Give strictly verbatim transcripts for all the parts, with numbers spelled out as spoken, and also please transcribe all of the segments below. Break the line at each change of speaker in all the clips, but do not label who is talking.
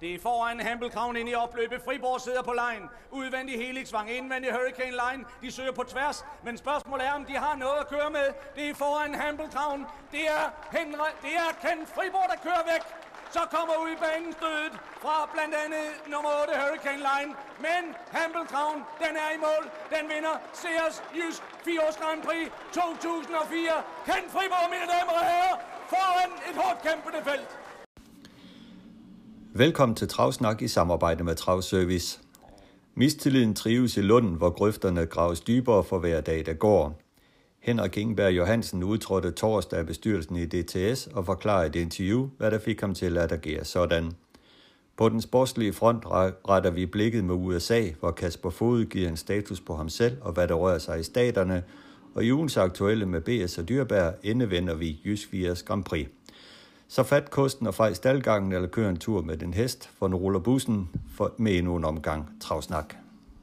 Det er foran Hamblekraven ind i opløbet. Friborg sidder på line. Udvendig Helixvang, indvendig Hurricane Line. De søger på tværs, men spørgsmålet er, om de har noget at køre med. Det er foran Hamblekraven. Det er Henrik, det er Ken Friborg, der kører væk. Så kommer ud i banen stødet fra blandt andet nummer otte Hurricane Line. Men Hamblekraven, den er i mål. Den vinder Sears Jysk fire års Grand Prix to tusind og fire. Ken Friborg, mine damer og herrer, foran et hårdt kæmpende felt.
Velkommen til Travsnak i samarbejde med Travservice. Mistilliden trives i Lunden, hvor grøfterne graves dybere for hver dag, der går. Henrik Ingberg Johansen udtrådte torsdag af bestyrelsen i D T S og forklarede i et interview, hvad der fik ham til at agere sådan. På den sportslige front retter vi blikket med U S A, hvor Kasper Fod giver en status på ham selv og hvad der rører sig i staterne, og i ugens aktuelle med B S og Dyrbær endevender vi Jysk fire Grand Prix. Så fat kosten og fej staldgangen eller kør en tur med den hest, for nu ruller bussen for med endnu en omgang Travsnak.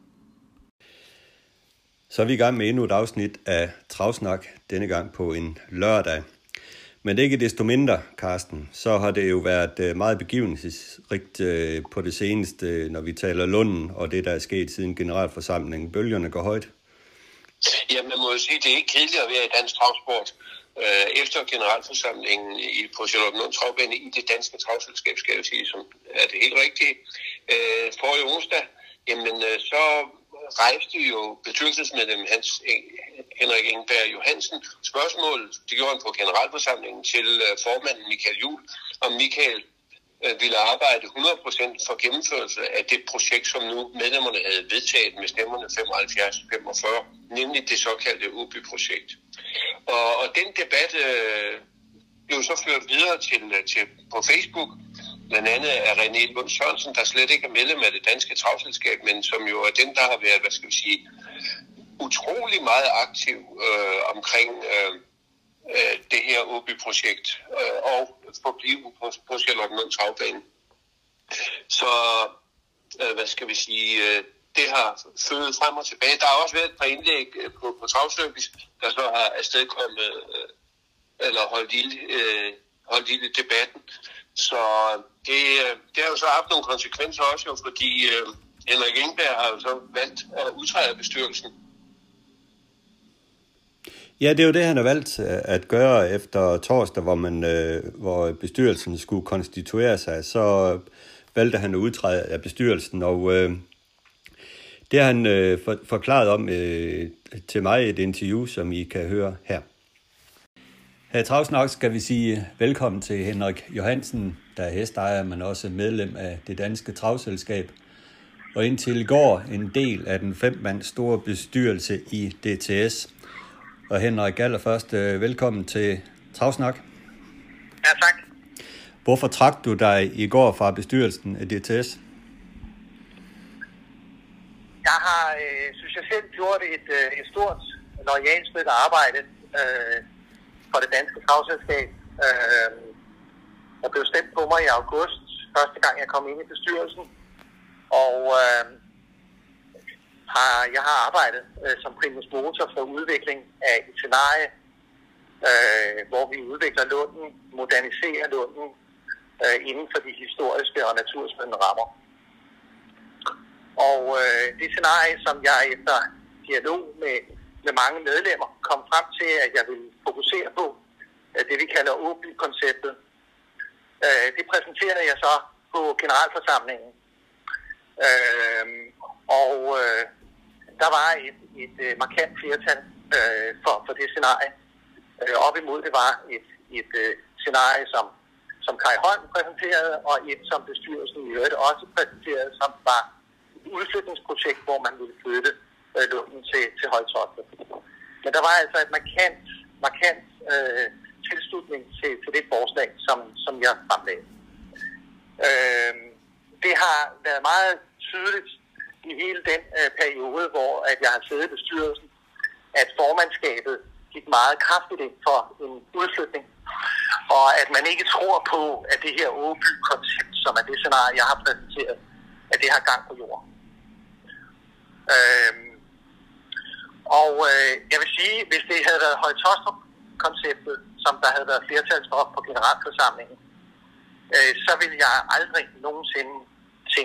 Så er vi i gang med endnu et afsnit af Travsnak, denne gang på en lørdag. Men ikke desto mindre, Carsten, så har det jo været meget begivenhedsrigt på det seneste, når vi taler Lunden og det, der er sket siden generalforsamlingen. Bølgerne går højt.
Ja, man må jo sige, at det er ikke kedeligt at være i dansk travsport. Efter generalforsamlingen i, på Charlottenlund Travbane i det danske travselskab, skal jeg sige, som er det helt rigtige, øh, forrige onsdag, jamen så rejste jo bestyrelsesmedlem Hans Henrik Ingberg Johansen spørgsmål, det gjorde han på generalforsamlingen, til formanden Michael Juhl, om Michael øh, ville arbejde hundrede procent for gennemførelse af det projekt, som nu medlemmerne havde vedtaget med stemmerne femoghalvfjerds til femogfyrre, nemlig det såkaldte U B Y-projekt. Og, og den debat øh, blev så ført videre til, til, på Facebook, blandt andet af René Lund Sørensen, der slet ikke er medlem af det danske travselskab, men som jo er den, der har været, hvad skal vi sige, utrolig meget aktiv øh, omkring øh, øh, det her O B Y-projekt øh, og forblive på, på Charlottenlund Travbane. Så, øh, hvad skal vi sige... Øh, Det har født frem og tilbage. Der har også været et par indlæg på, på Travservice, der så har afstedkommet øh, eller holdt lille, øh, holdt lille debatten. Så det, det har jo så haft nogle konsekvenser også, jo, fordi øh, Henrik Ingberg har jo så valgt at udtræde af bestyrelsen.
Ja, det er jo det, han har valgt at gøre efter torsdag, hvor, man, øh, hvor bestyrelsen skulle konstituere sig. Så valgte han at udtræde af bestyrelsen, og øh, det har han øh, for, forklaret om øh, til mig i et interview, som I kan høre her. Her i Travsnak skal vi sige velkommen til Henrik Johansen, der er hestejer, men også medlem af det danske travselskab. Og indtil i går en del af den fem mands store bestyrelse i D T S. Og Henrik, allerførst øh, velkommen til Travsnak.
Ja, tak.
Hvorfor trak du dig i går fra bestyrelsen af D T S?
Jeg har, øh, synes jeg selv, gjort et, øh, et stort, loyalt stykke arbejde øh, for det danske travselskab. Øh, jeg blev stemt på mig i august, første gang jeg kom ind i bestyrelsen. Og øh, har, jeg har arbejdet øh, som primus motor for udvikling af et scenarie, øh, hvor vi udvikler Lunden, moderniserer Lunden øh, inden for de historiske og naturskønne rammer. Og øh, det scenarie, som jeg efter dialog med, med mange medlemmer kom frem til, at jeg ville fokusere på, øh, det vi kalder O B Y-konceptet, øh, det præsenterede jeg så på generalforsamlingen. Øh, og øh, der var et, et, et markant flertal øh, for, for det scenarie. Øh, op imod det var et, et øh, scenarie, som, som Kai Holm præsenterede, og et, som bestyrelsen i øvrigt også præsenterede, som var udflytningsprojekt, hvor man ville flytte øh, Lunden til, til Høje-Taastrup. Men der var altså et markant, markant øh, tilslutning til, til det forslag, som, som jeg fremlagde. Øh, det har været meget tydeligt i hele den øh, periode, hvor at jeg har siddet i bestyrelsen, at formandskabet gik meget kraftigt ind for en udflytning, og at man ikke tror på, at det her O B Y-koncept, som er det scenarie, jeg har præsenteret, at det har gang på jorden. Øhm, og øh, jeg vil sige, hvis det havde været Høje-Taastrup-konceptet, som der havde været flertal for på generalforsamlingen, øh, så ville jeg aldrig nogensinde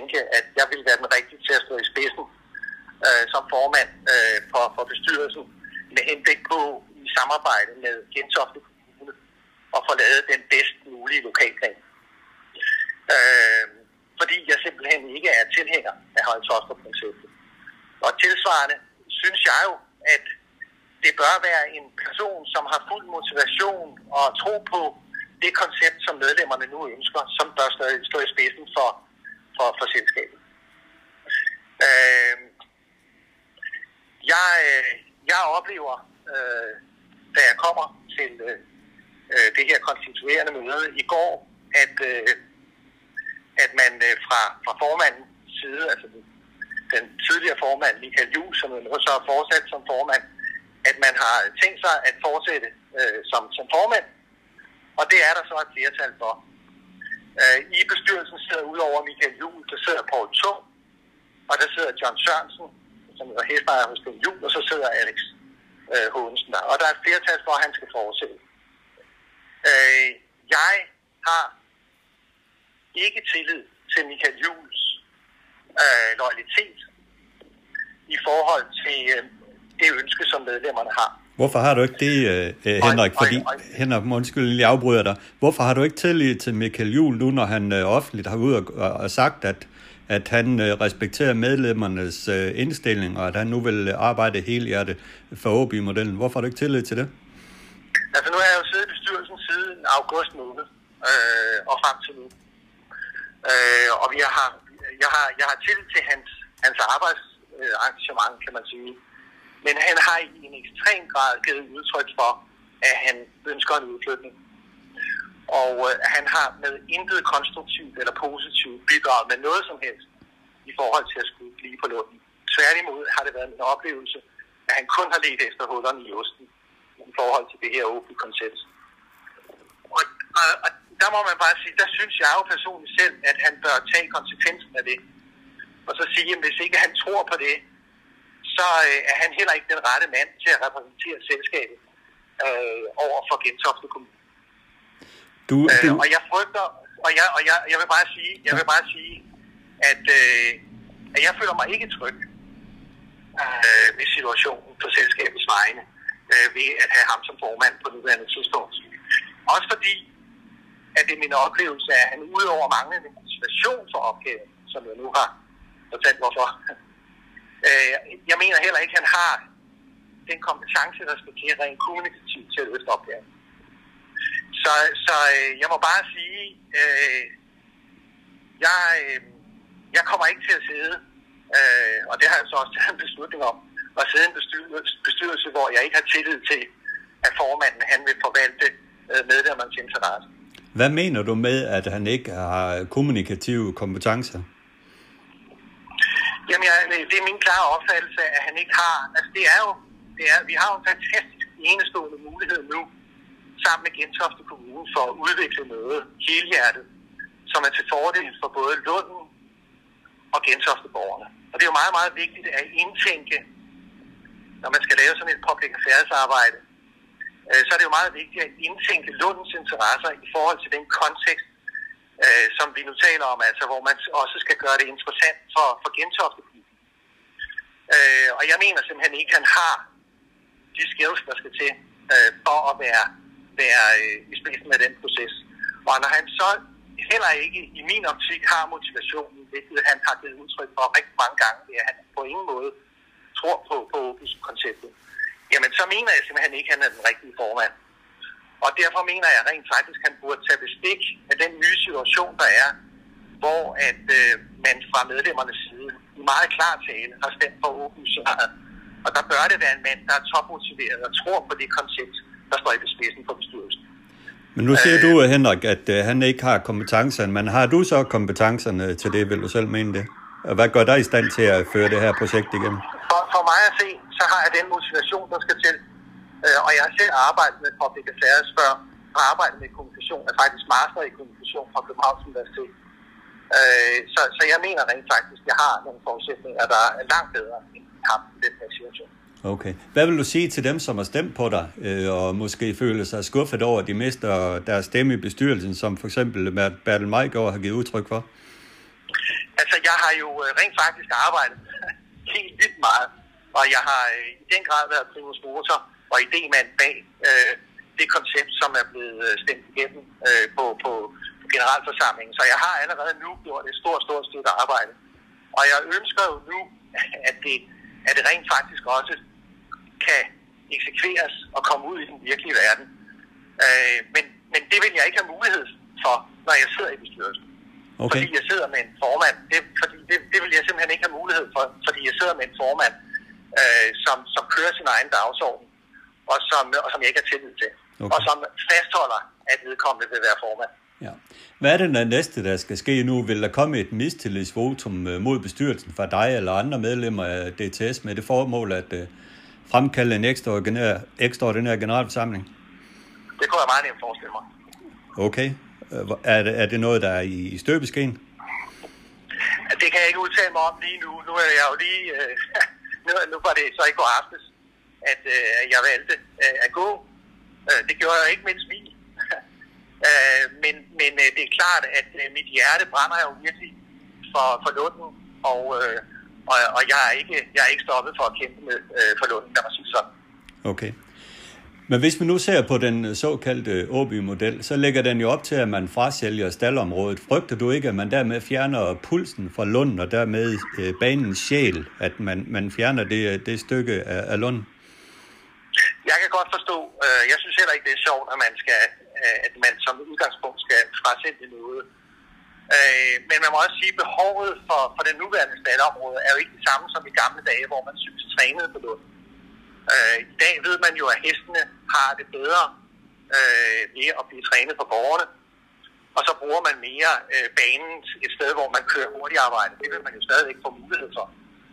tænke, at jeg ville være den rigtige til at stå i spidsen øh, som formand øh, for, for bestyrelsen, med henblik på i samarbejde med Gentofte Kommune og få lavet den bedst mulige lokalplan. Øh, fordi jeg simpelthen ikke er tilhænger af Høje-Taastrup-konceptet. Og tilsvarende synes jeg jo, at det bør være en person, som har fuld motivation og tro på det koncept, som medlemmerne nu ønsker, som bør stå i spidsen for, for, for selskabet. Øh, jeg, jeg oplever, øh, da jeg kommer til øh, det her konstituerende møde i går, at, øh, at man øh, fra, fra formandens side, altså den, den tidligere formand, Michael Juhl, som nu så er fortsat som formand, at man har tænkt sig at fortsætte øh, som, som formand, og det er der så et flertal for. Øh, I bestyrelsen sidder udover Michael Juhl, der sidder Poul Tung, og der sidder John Sørensen, som er hæfteejer hos den Juhl, og så sidder Alex øh, Hågensen der. Og der er et flertal for, at han skal fortsætte. Øh, jeg har ikke tillid til Michael Juhls øh, loyalitet i forhold til øh, det ønske, som medlemmerne har.
Hvorfor har du ikke det, uh, Henrik? Fordi, Henrik, undskyld, jeg afbryder dig. Hvorfor har du ikke tillid til Michael Juhl nu, når han uh, offentligt har ud og, og sagt, at, at han uh, respekterer medlemmernes uh, indstilling, og at han nu vil uh, arbejde helhjertet for O B I-modellen? Hvorfor har du ikke tillid til det?
Altså, nu har jeg jo siddet i bestyrelsen siden august måned øh, og frem til nu. Øh, og vi har, jeg, har, jeg har tillid til hans, hans arbejdsengagement, øh, kan man sige. Men han har i en ekstrem grad givet udtryk for, at han ønsker en udflytning. Og øh, han har med intet konstruktivt eller positivt bidraget med noget som helst i forhold til at skulle blive på Lunden. Tværtimod har det været en oplevelse, at han kun har ledt efter hullerne i osten i forhold til det her O B I-koncept. Og, og, og der må man bare sige, der synes jeg jo personligt selv, at han bør tage konsekvensen af det. Og så sige, at hvis ikke han tror på det, så øh, er han heller ikke den rette mand til at repræsentere selskabet øh, over for Gentofte Kommune. Du, du... Øh, og jeg frygter, og jeg, og jeg, jeg vil bare sige, jeg vil bare sige, at, øh, at jeg føler mig ikke tryg øh, ved situationen på selskabets vegne øh, ved at have ham som formand på nuværende tidspunkt. Også fordi, at det er min oplevelse, at han udover manglende motivation for opgaven, som jeg nu har fortalt hvorfor. Jeg mener heller ikke, at han har den kompetence, der skal til rent kommunikativt til at løfte opgaven. Så, så jeg må bare sige, øh, jeg, øh, jeg kommer ikke til at sidde, øh, og det har jeg så også taget en beslutning om, at sidde i en bestyrelse, bestyrelse, hvor jeg ikke har tillid til, at formanden han vil forvalte øh, medlemmernes interesse.
Hvad mener du med, at han ikke har kommunikative kompetencer?
Jamen, jeg, det er min klare opfattelse, at han ikke har. Altså, det er jo, det er, vi har jo en fantastisk enestående mulighed nu, sammen med Gentofte Kommune, for at udvikle noget helhjertet, som er til fordel for både Lunden og Gentofte-borgerne. Og det er jo meget, meget vigtigt at indtænke, når man skal lave sådan et public affairs arbejde, øh, så er det jo meget vigtigt at indtænke Lundens interesser i forhold til den kontekst, Øh, som vi nu taler om, altså hvor man også skal gøre det interessant for, for Gentofte. Øh, og jeg mener simpelthen ikke, at han har de skills, der skal til øh, for at være, være øh, i spidsen af den proces. Og når han så heller ikke i min optik har motivationen, hvilket han har givet udtryk for rigtig mange gange, at han på ingen måde tror på, på konceptet, jamen så mener jeg simpelthen ikke, at han er den rigtige formand. Og derfor mener jeg rent faktisk, at han burde tage bestik af den nye situation, der er, hvor at øh, man fra medlemmernes side i meget klar tale har stemt for O B I-scenariet. Og der bør det være en mand, der er topmotiveret og tror på det koncept, der står i spidsen for bestyrelsen.
Men nu siger øh, du, Henrik, at øh, han ikke har kompetencerne, men har du så kompetencerne til det, vil du selv mene det? Og hvad gør dig i stand til at føre det her projekt igennem?
For, for mig at se, så har jeg den motivation, der skal til. Og jeg har selv arbejdet med public affairs før, og arbejdet med kommunikation, er faktisk master i kommunikation fra Københavns Universitet. Så, så jeg mener rent faktisk, at jeg har nogle forudsætninger, der er langt bedre end ham i den her situation.
Okay. Hvad vil du sige til dem, som har stemt på dig, og måske føler sig skuffet over, at de mister deres stemme i bestyrelsen, som for eksempel Bertel Meiggaard har givet udtryk for?
Altså, jeg har jo rent faktisk arbejdet helt vildt meget, og jeg har i den grad været primus motor og idémand bag øh, det koncept, som er blevet stemt igennem øh, på, på, på generalforsamlingen. Så jeg har allerede nu gjort et stort, stort stykke arbejde. Og jeg ønsker jo nu, at det, at det rent faktisk også kan eksekveres og komme ud i den virkelige verden. Øh, men, men det vil jeg ikke have mulighed for, når jeg sidder i bestyrelsen. Okay. Fordi jeg sidder med en formand. Det, fordi det, det vil jeg simpelthen ikke have mulighed for, fordi jeg sidder med en formand, øh, som, som kører sin egen dagsorden, og som, og som jeg ikke har tillid til. Okay. Og som fastholder, at vedkommende vil være formand.
Ja. Hvad er det der næste, der skal ske nu? Vil der komme et mistillidsvotum mod bestyrelsen fra dig eller andre medlemmer af D T S med det formål at uh, fremkalde en ekstraordinær, ekstraordinær generalforsamling?
Det kunne jeg meget nemt forestille mig.
Okay. Er det, er det noget, der er i, i støbeskeen?
Det kan jeg ikke udtale mig om lige nu. Nu er jeg jo lige... Øh, nu, nu var det så ikke går aftes, at øh, jeg valgte øh, at gå. Øh, det gjorde jeg ikke med et smil. øh, men men øh, det er klart, at øh, mit hjerte brænder jo virkelig for, for Lunden, og, øh, og, og jeg, er ikke, jeg er ikke stoppet for at kæmpe med øh, for Lunden, lad mig sige sådan.
Okay. Men hvis vi nu ser på den såkaldte Åby-model, så lægger den jo op til, at man frasælger staldområdet. Frygter du ikke, at man dermed fjerner pulsen fra Lunden, og dermed øh, banens sjæl, at man, man fjerner det, det stykke af, af Lunden?
Jeg kan godt forstå. Øh, jeg synes heller ikke, det er sjovt, at man, skal, at man som udgangspunkt skal frasælge noget. Øh, men man må også sige, at behovet for, for den nuværende staldområde er jo ikke det samme som i gamle dage, hvor man synes trænede på Lunden. Øh, I dag ved man jo, at hestene har det bedre øh, ved at blive trænet på gårdene, og så bruger man mere øh, banen et sted, hvor man kører hurtigt arbejde. Det vil man jo stadigvæk få mulighed for.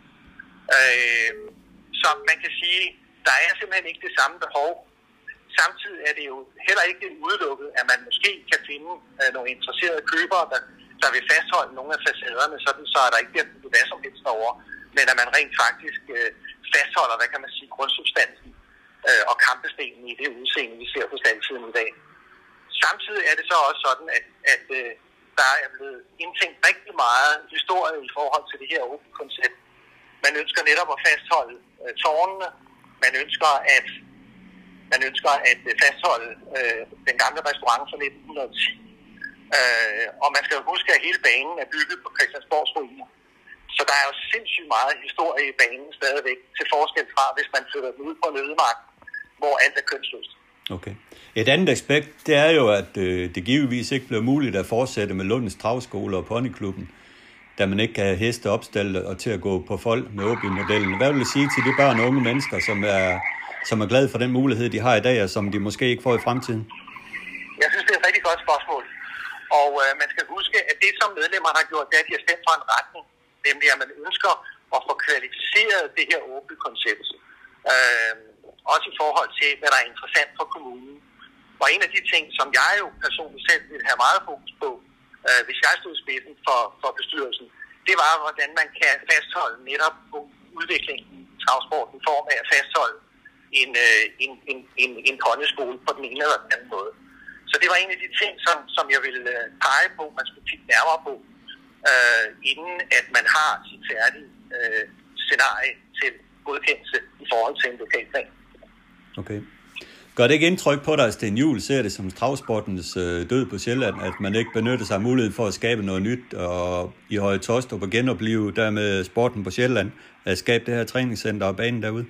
Øh, så man kan sige, der er simpelthen ikke det samme behov. Samtidig er det jo heller ikke udelukket, at man måske kan finde øh, nogle interesserede købere, der, der vil fastholde nogle af facaderne, sådan så der ikke bliver bygget hvad som helst over, men at man rent faktisk øh, fastholder, hvad kan man sige, grundsubstansen øh, og kampestenen i det udseende, vi ser på staldtiden i dag. Samtidig er det så også sådan, at, at øh, der er blevet indtænkt rigtig meget historie i forhold til det her åbne koncept. Man ønsker netop at fastholde øh, tårnene, man ønsker at man ønsker at fastholde øh, den gamle restaurant fra nitten ti, øh, og man skal jo huske, at hele banen er bygget på Christiansborgs ruiner. Så der er jo sindssygt meget historie i banen stadigvæk, til forskel fra, hvis man flytter den ud på en ødemark, hvor alt er kønsløst.
Okay. Et andet aspekt, det er jo, at øh, det givetvis ikke bliver muligt at fortsætte med Lundens Travskole og Ponyklubben, da man ikke kan have heste opstallet og til at gå på fold med Åby-modellen. Hvad vil du sige til de børn og unge mennesker, som er, som er glade for den mulighed, de har i dag, og som de måske ikke får i fremtiden?
Jeg synes, det er et rigtig godt spørgsmål. Og øh, man skal huske, at det, som medlemmerne har gjort, det er, at de har stemt for en retning, nemlig at man ønsker at få kvalificeret det her åbne koncept. Øh, også i forhold til, hvad der er interessant for kommunen. Og en af de ting, som jeg jo personligt selv vil have meget fokus på, øh, hvis jeg stod i spidsen for, for bestyrelsen, det var, hvordan man kan fastholde netop på udviklingen i travsporten i form af at fastholde en, øh, en, en, en, en ponyskole på den ene eller den anden måde. Så det var en af de ting, som, som jeg ville øh, pege på, man skulle kigge nærmere på, øh, inden at man har sit færdige øh, scenarie til godkendelse i forhold til en lokalplan.
Okay. Gør det ikke indtryk på dig, at Sten Juhl ser det som travsportens øh, død på Sjælland, at man ikke benytter sig af muligheden for at skabe noget nyt og i Høje Taastrup og genopleve dermed sporten på Sjælland, at skabe det her træningscenter og banen derude?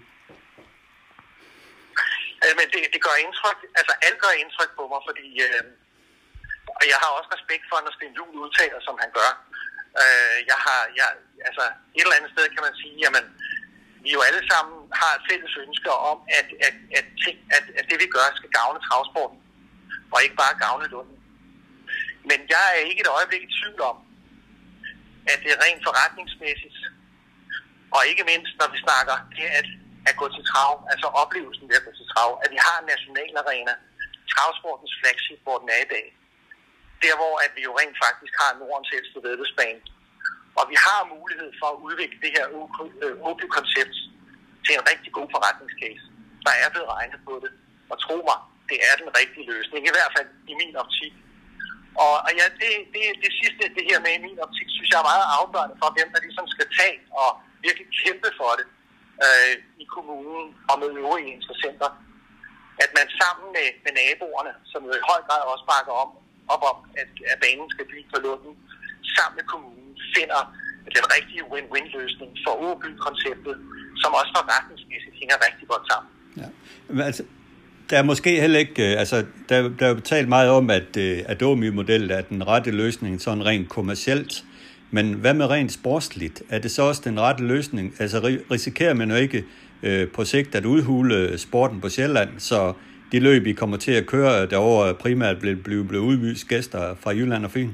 Men det, det gør indtryk, altså alt gør indtryk på mig, fordi øh, og jeg har også respekt for, når Sten Juhl udtaler, som han gør. Øh, jeg har, jeg, altså et eller andet sted kan man sige, jamen vi jo alle sammen har et fælles ønske om, at, at, at, ting, at, at det vi gør skal gavne travsporten, og ikke bare gavne Lunden. Men jeg er ikke et øjeblik i tvivl om, at det er rent forretningsmæssigt, og ikke mindst når vi snakker det at, at gå til trav, altså oplevelsen ved at gå til trav, at vi har en national arena, travsportens flagship, hvor den er i dag. Der hvor at vi jo rent faktisk har Nordens ældste væddeløbsbane. Og vi har mulighed for at udvikle det her Åby-koncept til en rigtig god forretningscase. Der er blevet regnet på det. Og tro mig, det er den rigtige løsning. I hvert fald i min optik. Og, og ja, det, det, det sidste, det her med i min optik, synes jeg er meget afgørende for, hvem der ligesom skal tage og virkelig kæmpe for det øh, i kommunen og med øvrige interessenter. At man sammen med, med naboerne, som jo i høj grad også bakker om, op om, at, at banen skal blive på Lunden, sammen med kommunen finder den rigtige win-win-løsning for Åby-konceptet, som også forretningsmæssigt hænger rigtig godt sammen.
Ja. Men altså, der er måske heller ikke, altså, der, der er jo talt meget om, at Adomi-modellen er den rette løsning, sådan rent kommercielt. Men hvad med rent sportsligt? Er det så også den rette løsning? Altså risikerer man jo ikke øh, på sigt at udhule sporten på Sjælland, så de løb, I kommer til at køre derovre, primært bliver blive, blive udvist gæster fra Jylland og Fyn?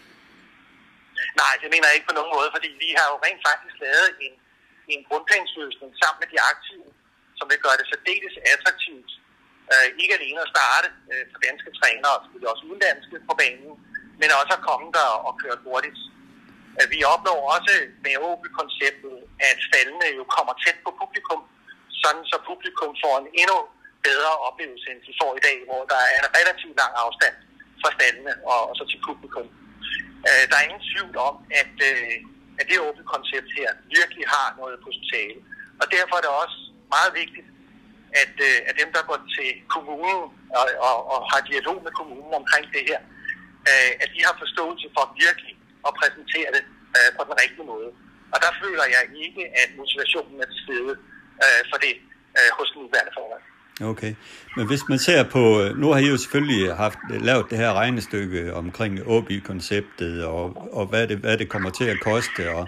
Nej, det mener jeg ikke på nogen måde, fordi vi har jo rent faktisk lavet en, en grundplansløsning sammen med de aktive, som vil gøre det særdeles attraktivt. Uh, ikke alene at starte uh, for danske trænere, og selvfølgelig også udenlandske på banen, men også at komme der og køre hurtigt. Uh, vi opnår også med Åby-konceptet, at faldene jo kommer tæt på publikum, sådan så publikum får en endnu bedre oplevelse, end de får i dag, hvor der er en relativt lang afstand fra staldene og, og så til publikum. Uh, der er ingen tvivl om, at, uh, at det Åby-koncept her virkelig har noget potentiale, og derfor er det også meget vigtigt, At, øh, at dem, der går til kommunen og, og, og har dialog med kommunen omkring det her, øh, at de har forståelse for virkelig at præsentere det øh, på den rigtige måde. Og der føler jeg ikke, at motivationen er til stede øh, for det øh, hos den nuværende forhold.
Okay, men hvis man ser på, nu har I jo selvfølgelig haft lavet det her regnestykke omkring Åby-konceptet, og, og hvad, det, hvad det kommer til at koste, og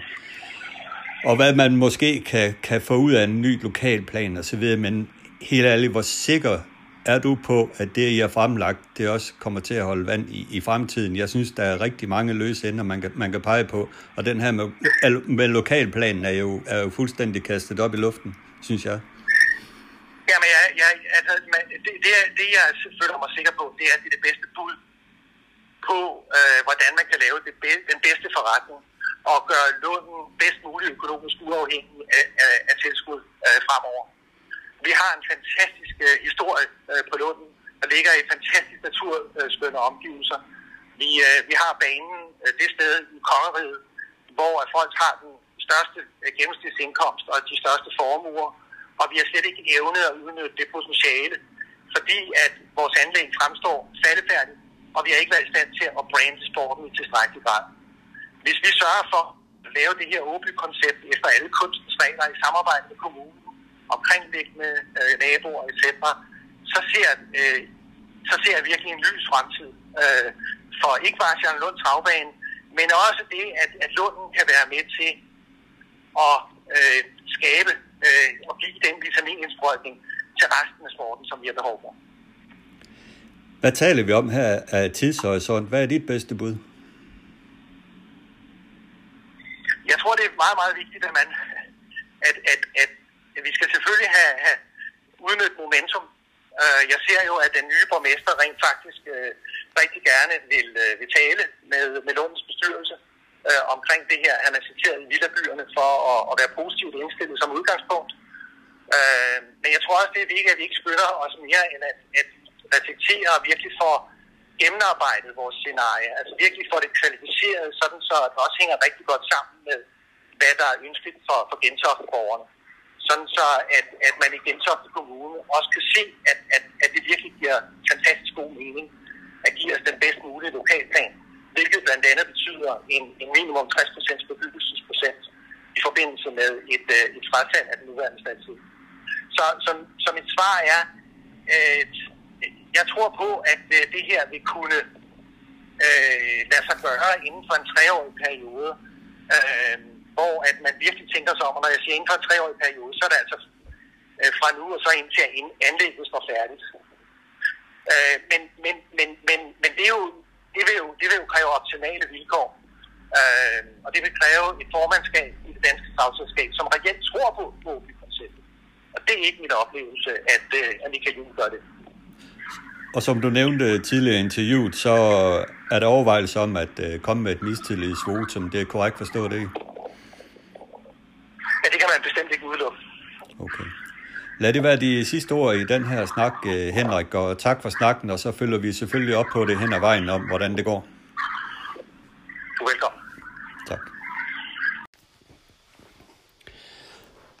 og hvad man måske kan, kan få ud af en ny lokalplan og så videre, men helt ærligt, hvor sikker er du på, at det, I har fremlagt, det også kommer til at holde vand i, i fremtiden? Jeg synes, der er rigtig mange løse ender, man kan, man kan pege på, og den her med, med lokalplanen er jo, er jo fuldstændig kastet op i luften, synes jeg.
Jamen, jeg, jeg, altså, det, det, det, jeg føler mig sikker på, det er, at det er det bedste bud på, øh, hvordan man kan lave det, den bedste forretning og gøre Lunden bedst muligt økonomisk uafhængig af, af, af tilskud øh, fremover. Vi har en fantastisk øh, historie øh, på Lunden, der ligger i fantastisk naturskønne omgivelser. Vi, øh, vi har banen øh, det sted i Kongeriget, hvor at folk har den største øh, gennemsnitsindkomst og de største formuer, og vi har slet ikke evnet at udnytte det potentiale, fordi at vores anlæg fremstår faldefærdigt, og vi har ikke været i stand til at brande sporten i tilstrækkelig grad. Hvis vi sørger for at lave det her Åby-koncept efter alle kunstens regler i samarbejde med kommunen, omkringliggende øh, naboer et cetera, så ser, øh, så ser jeg virkelig en lys fremtid øh, for ikke bare Charlottenlund Travbane, men også det, at, at Lunden kan være med til at øh, skabe øh, og give den vitaminindsprøjtning til resten af sporten, som vi har behov for.
Hvad taler vi om her af tidshorisont? Hvad er dit bedste bud?
Jeg tror, det er meget, meget vigtigt, at man at, at, at vi skal selvfølgelig have, have udnyttet momentum. Jeg ser jo, at den nye borgmester rent faktisk øh, rigtig gerne vil, øh, vil tale med, med Lundens bestyrelse øh, omkring det her. Han er citeret i villabyerne for at, at være positivt indstillet som udgangspunkt. Øh, men jeg tror også, det er vigtigt, at vi ikke skynder os mere, end at, at reflektere og virkelig få gennemarbejdet vores scenarie. Altså virkelig få det kvalificeret, sådan så det også hænger rigtig godt sammen med, hvad der er ønskeligt for, for Gentofte-borgerne. Sådan så, at, at man i Gentofte Kommune også kan se, at, at, at det virkelig giver fantastisk god mening at give os den bedst mulige lokalplan, hvilket blandt andet betyder en, en minimum tres procent bebyggelsesprocent i forbindelse med et, et frasalg af den nuværende statstid. Så, så, så mit svar er, at jeg tror på, at det her vil kunne øh, lade sig gøre inden for en treårig periode, øh, hvor at man virkelig tænker sig om, og når jeg siger inden for en treårig periode, så er det altså øh, fra nu og så indtil at anlægget står færdigt. Øh, men, men, men, men, men det, er jo, det, vil jo, det vil jo kræve optimale vilkår, øh, og det vil kræve et formandskab i det danske travselskab, som reelt tror på Åby-konceptet. Og det er ikke min oplevelse, at, øh, at vi kan gøre det.
Og som du nævnte tidligere i interviewet, så er der overvejelse om at øh, komme med et mistillidsvotum. Det er korrekt forstået, det ikke?
Ja, det kan man bestemt ikke udelukke.
Okay. Lad det være de sidste ord i den her snak, Henrik, og tak for snakken, og så følger vi selvfølgelig op på det hen ad vejen om, hvordan det går.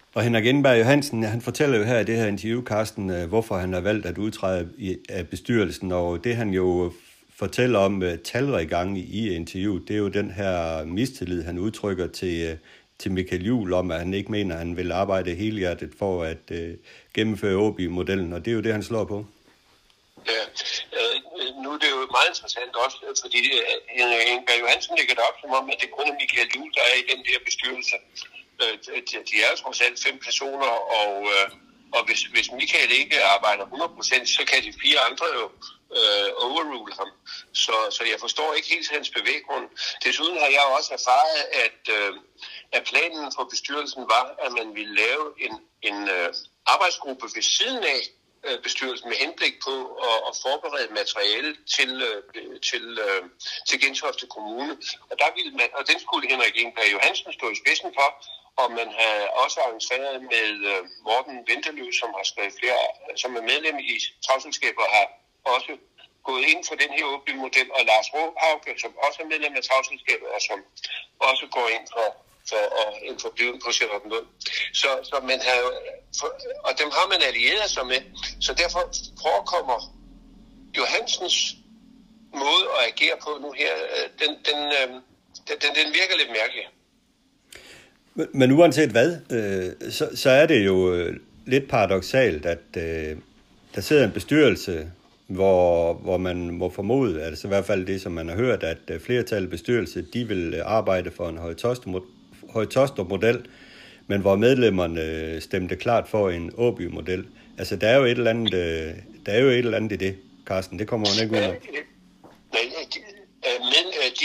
Og Henrik Engberg Johansen, han fortæller jo her i det her interview, Carsten, hvorfor han har valgt at udtræde af bestyrelsen, og det han jo fortæller om talrige gange i interviewet, det er jo den her mistillid, han udtrykker til, til Michael Juhl om, at han ikke mener, at han vil arbejde helhjertet for at uh, gennemføre Åby-modellen, og det er jo det, han slår på.
Ja, øh, nu er det jo meget interessant også, fordi Henrik Engberg Johansen lægger det op som om, at det kun er Michael Juhl, der er i den der bestyrelse. De er jo trods alt fem personer, og, og hvis, hvis Michael ikke arbejder hundrede procent, så kan de fire andre jo øh, overrule ham. Så, så jeg forstår ikke helt hans bevæggrund. Desuden har jeg også erfaret, at, øh, at planen for bestyrelsen var, at man ville lave en, en øh, arbejdsgruppe ved siden af bestyrelsen med henblik på at, at forberede materiale til, til, til Gentofte Kommune. Og, der ville man, og den skulle Henrik Engberg Johansen stå i spidsen for, og man har også arrangeret med Morten Venteløv, som har skrevet flere, som er medlem i travselskaber, har også gået ind for den her Åby-model, og Lars Råhauke, som også er medlem af travselskabet, og som også går ind for for at informere på Charlottenlund. Så, så man har, for, og dem har man allieret sig med. Så derfor forekommer Johansens måde at agere på nu her, den, den, den, den, den virker lidt mærkelig.
Men, men uanset hvad, øh, så, så er det jo øh, lidt paradoksalt, at øh, der sidder en bestyrelse, hvor, hvor man må formode, altså i hvert fald det, som man har hørt, at øh, flertallet bestyrelse, de vil arbejde for en Høje-Taastrup-model, men hvor medlemmerne stemte klart for en Åby-model. Altså, der er jo et eller andet, der er jo et eller andet i det, Carsten. Det kommer man ikke ud af.
Nej, men de,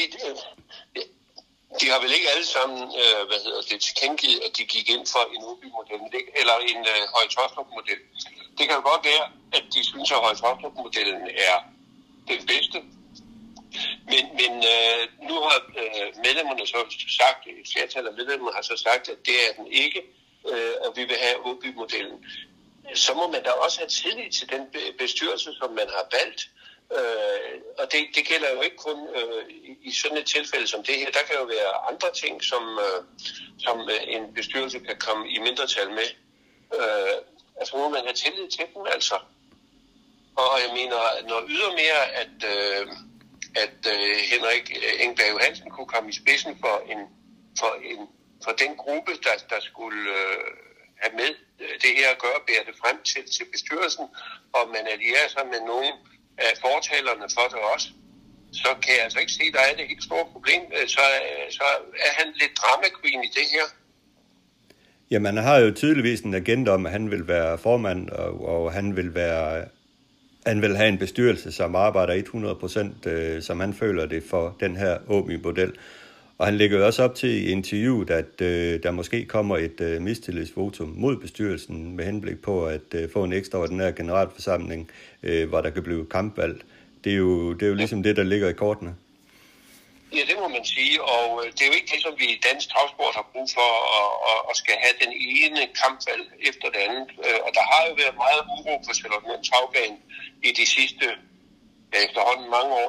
de har vel ikke alle sammen, hvad hedder det, tilkendegivet, at de gik ind for en Åby-model, eller en Høje-Taastrup-model. Det kan jo godt være, at de synes, at Høje-Taastrup-modellen er den bedste. Men, men øh, nu har øh, medlemmerne så sagt, et flertal af medlemmerne har så sagt, at det er den ikke, øh, og vi vil have Åby-modellen. Så må man da også have tillid til den bestyrelse, som man har valgt. Øh, og det, det gælder jo ikke kun øh, i sådan et tilfælde som det her. Der kan jo være andre ting, som, øh, som en bestyrelse kan komme i mindretal med. Øh, altså må man have tillid til dem, altså. Og jeg mener, når ydermere, at... Øh, at øh, Henrik Engberg Johansen kunne komme i spidsen for, en, for, en, for den gruppe, der, der skulle øh, have med det her at gøre, bære det frem til, til bestyrelsen, og man allierer sig med nogle af fortalerne for det også, så kan jeg altså ikke se, at der er det helt store problem. Så, så er han lidt drama queen i det her.
Jamen, han har jo tydeligvis en agenda om, at han vil være formand, og, og han vil være... Han vil have en bestyrelse, som arbejder hundrede procent, øh, som han føler det for den her Åby-model. Og han lægger også op til i interviewet, at øh, der måske kommer et øh, mistillidsvotum mod bestyrelsen med henblik på at øh, få en ekstraordinær generalforsamling, øh, hvor der kan blive kampvalg. Det er jo, det er jo ligesom det, der ligger i kortene.
Ja, det må man sige, og det er jo ikke det, som vi i dansk travsport har brug for, at, at skal have den ene kampvalg efter det andet. Og der har jo været meget uro på Charlottenlund Travbane i de sidste, ja, efterhånden mange år.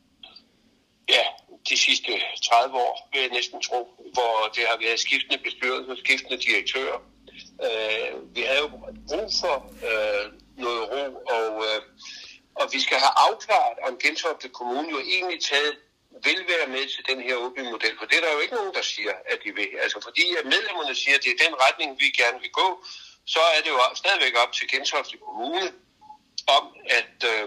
Ja, de sidste tredive år, vil jeg næsten tro, hvor det har været skiftende bestyrelser, skiftende direktører. Vi har jo brug for noget ro, og, og vi skal have afklaret, om Gentofte Kommune jo egentlig taget vil være med til den her Åby-model, for det er der jo ikke nogen, der siger, at de vil. Altså fordi medlemmerne siger, at det er den retning, vi gerne vil gå, så er det jo stadigvæk op til Gentofte Kommune om at, øh,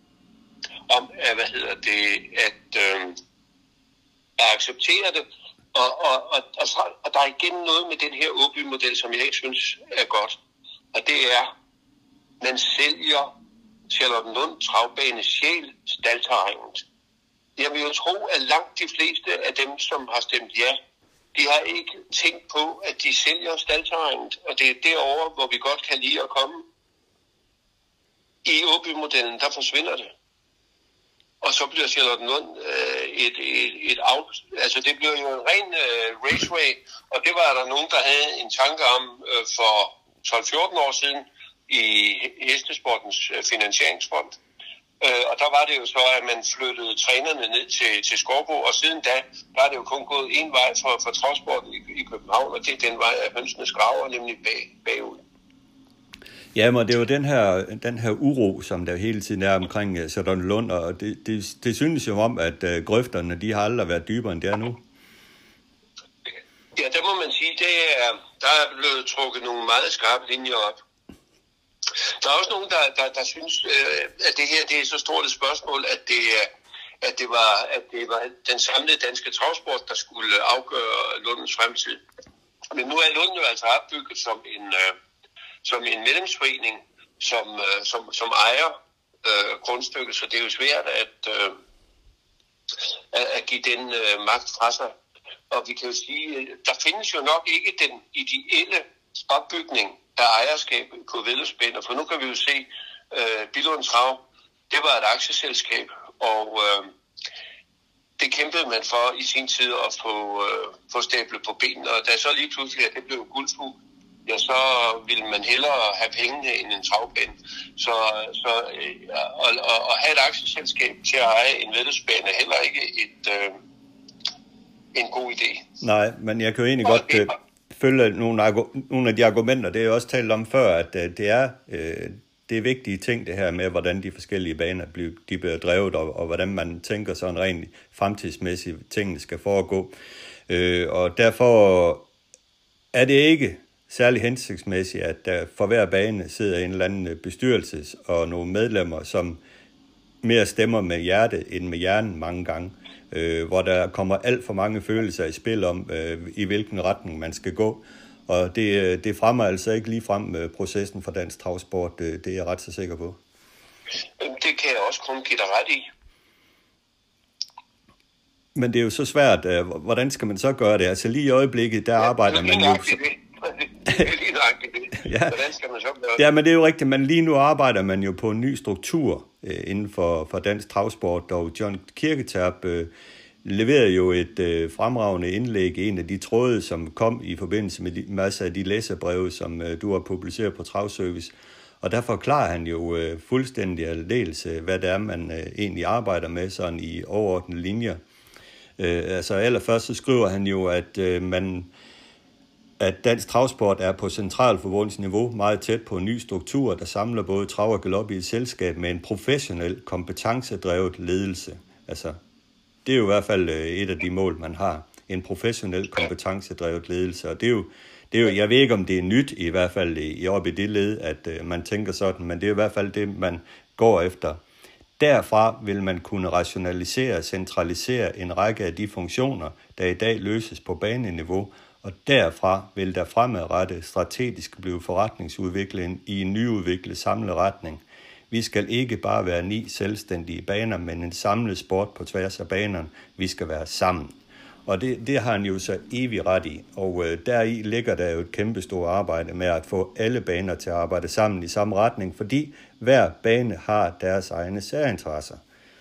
om at, hvad hedder det, at, øh, at acceptere det. Og, og, og, og, så, og der er igen noget med den her Åby-model, som jeg ikke synes er godt. Og det er, man sælger Charlottenlund Travbane sjæl staldterrænet. Jeg vil jo tro, at langt de fleste af dem, som har stemt ja, de har ikke tænkt på, at de sælger staldterrænet. Og det er derovre, hvor vi godt kan lide at komme. I Åby-modellen, der forsvinder det. Og så bliver Charlottenlund øh, et, et, et out. Altså det bliver jo en ren øh, raceway. Og det var der nogen, der havde en tanke om øh, for tolv fjorten år siden i Hestesportens øh, finansieringsfond. Øh, og der var det jo så, at man flyttede trænerne ned til, til Skovbo, og siden da, der er det jo kun gået en vej for, for travsporten i, i København, og det er den vej af hønsenes graver, nemlig bag, bagud.
Ja, men det er jo den her, den her uro, som der hele tiden er omkring uh, Charlottenlund, og det, det, det synes jo om, at uh, grøfterne, de har aldrig været dybere, end det er nu.
Ja, der må man sige, det er, der er blevet trukket nogle meget skarpe linjer op. Der er også nogen, der, der, der synes, øh, at det her det er så stort et spørgsmål, at det, at det, var, at det var den samlede danske travsport, der skulle afgøre Lundens fremtid. Men nu er Lunden jo altså opbygget som en, øh, som en medlemsforening, som, øh, som, som ejer øh, grundstykket, så det er jo svært at, øh, at, at give den øh, magt fra sig. Og vi kan jo sige, der findes jo nok ikke den ideelle opbygning af ejerskab på væddeløbsbaner, for nu kan vi jo se, øh, Billund Trav, det var et aktieselskab, og øh, det kæmpede man for i sin tid at få, øh, få stablet på benene, og da så lige pludselig, at det blev guldfugl, ja, så ville man hellere have pengene end en travbane. Så, så øh, og, og, og have et aktieselskab til at eje en væddeløbsbane er heller ikke et, øh, en god idé.
Nej, men jeg kan jo egentlig godt øh, følge nogle, nogle af de argumenter, det er jo også talt om før, at øh, det er øh, det er vigtige ting, det her med, hvordan de forskellige baner bliver, de bliver drevet, og, og hvordan man tænker sådan rent fremtidsmæssigt, tingene skal foregå. Øh, og derfor er det ikke særlig hensigtsmæssigt, at der for hver bane sidder en eller anden bestyrelse og nogle medlemmer, som mere stemmer med hjertet end med hjernen mange gange, øh, hvor der kommer alt for mange følelser i spil om, øh, i hvilken retning man skal gå. Og det, det fremmer altså ikke lige frem med processen for dansk travsport, det, det er jeg ret så sikker på.
Det kan jeg også kun give dig ret i.
Men det er jo så svært, hvordan skal man så gøre det? Altså lige i øjeblikket, der ja, arbejder man jo...
Ja. Hvordan skal man så gøre det?
Ja, men det er jo rigtigt, men lige nu arbejder man jo på en ny struktur øh, inden for, for dansk travsport, og John Kirketerp øh, leverede jo et øh, fremragende indlæg i en af de tråde, som kom i forbindelse med de, masser af de læserbreve, som øh, du har publiceret på Travservice. Og der forklarer han jo øh, fuldstændig aldeles, øh, hvad det er, man øh, egentlig arbejder med sådan i overordnede linjer. Øh, altså allerførst så skriver han jo, at øh, man... at dansk travsport er på centralforbundsniveau meget tæt på en ny struktur, der samler både trav og galop i et selskab med en professionel, kompetencedrevet ledelse. Altså, det er jo i hvert fald et af de mål, man har. En professionel, kompetencedrevet ledelse. Og det er jo, det er jo, jeg ved ikke, om det er nyt i hvert fald i, op i det led, at uh, man tænker sådan, men det er i hvert fald det, man går efter. Derfra vil man kunne rationalisere og centralisere en række af de funktioner, der i dag løses på baneniveau, og derfra vil der fremadrettet strategisk blive forretningsudviklet i en nyudviklet samlet retning. Vi skal ikke bare være ni selvstændige baner, men en samlet sport på tværs af banerne. Vi skal være sammen. Og det, det har han jo så evig ret i. Og øh, deri ligger der jo et kæmpestort arbejde med at få alle baner til at arbejde sammen i samme retning, fordi hver bane har deres egne særinteresser.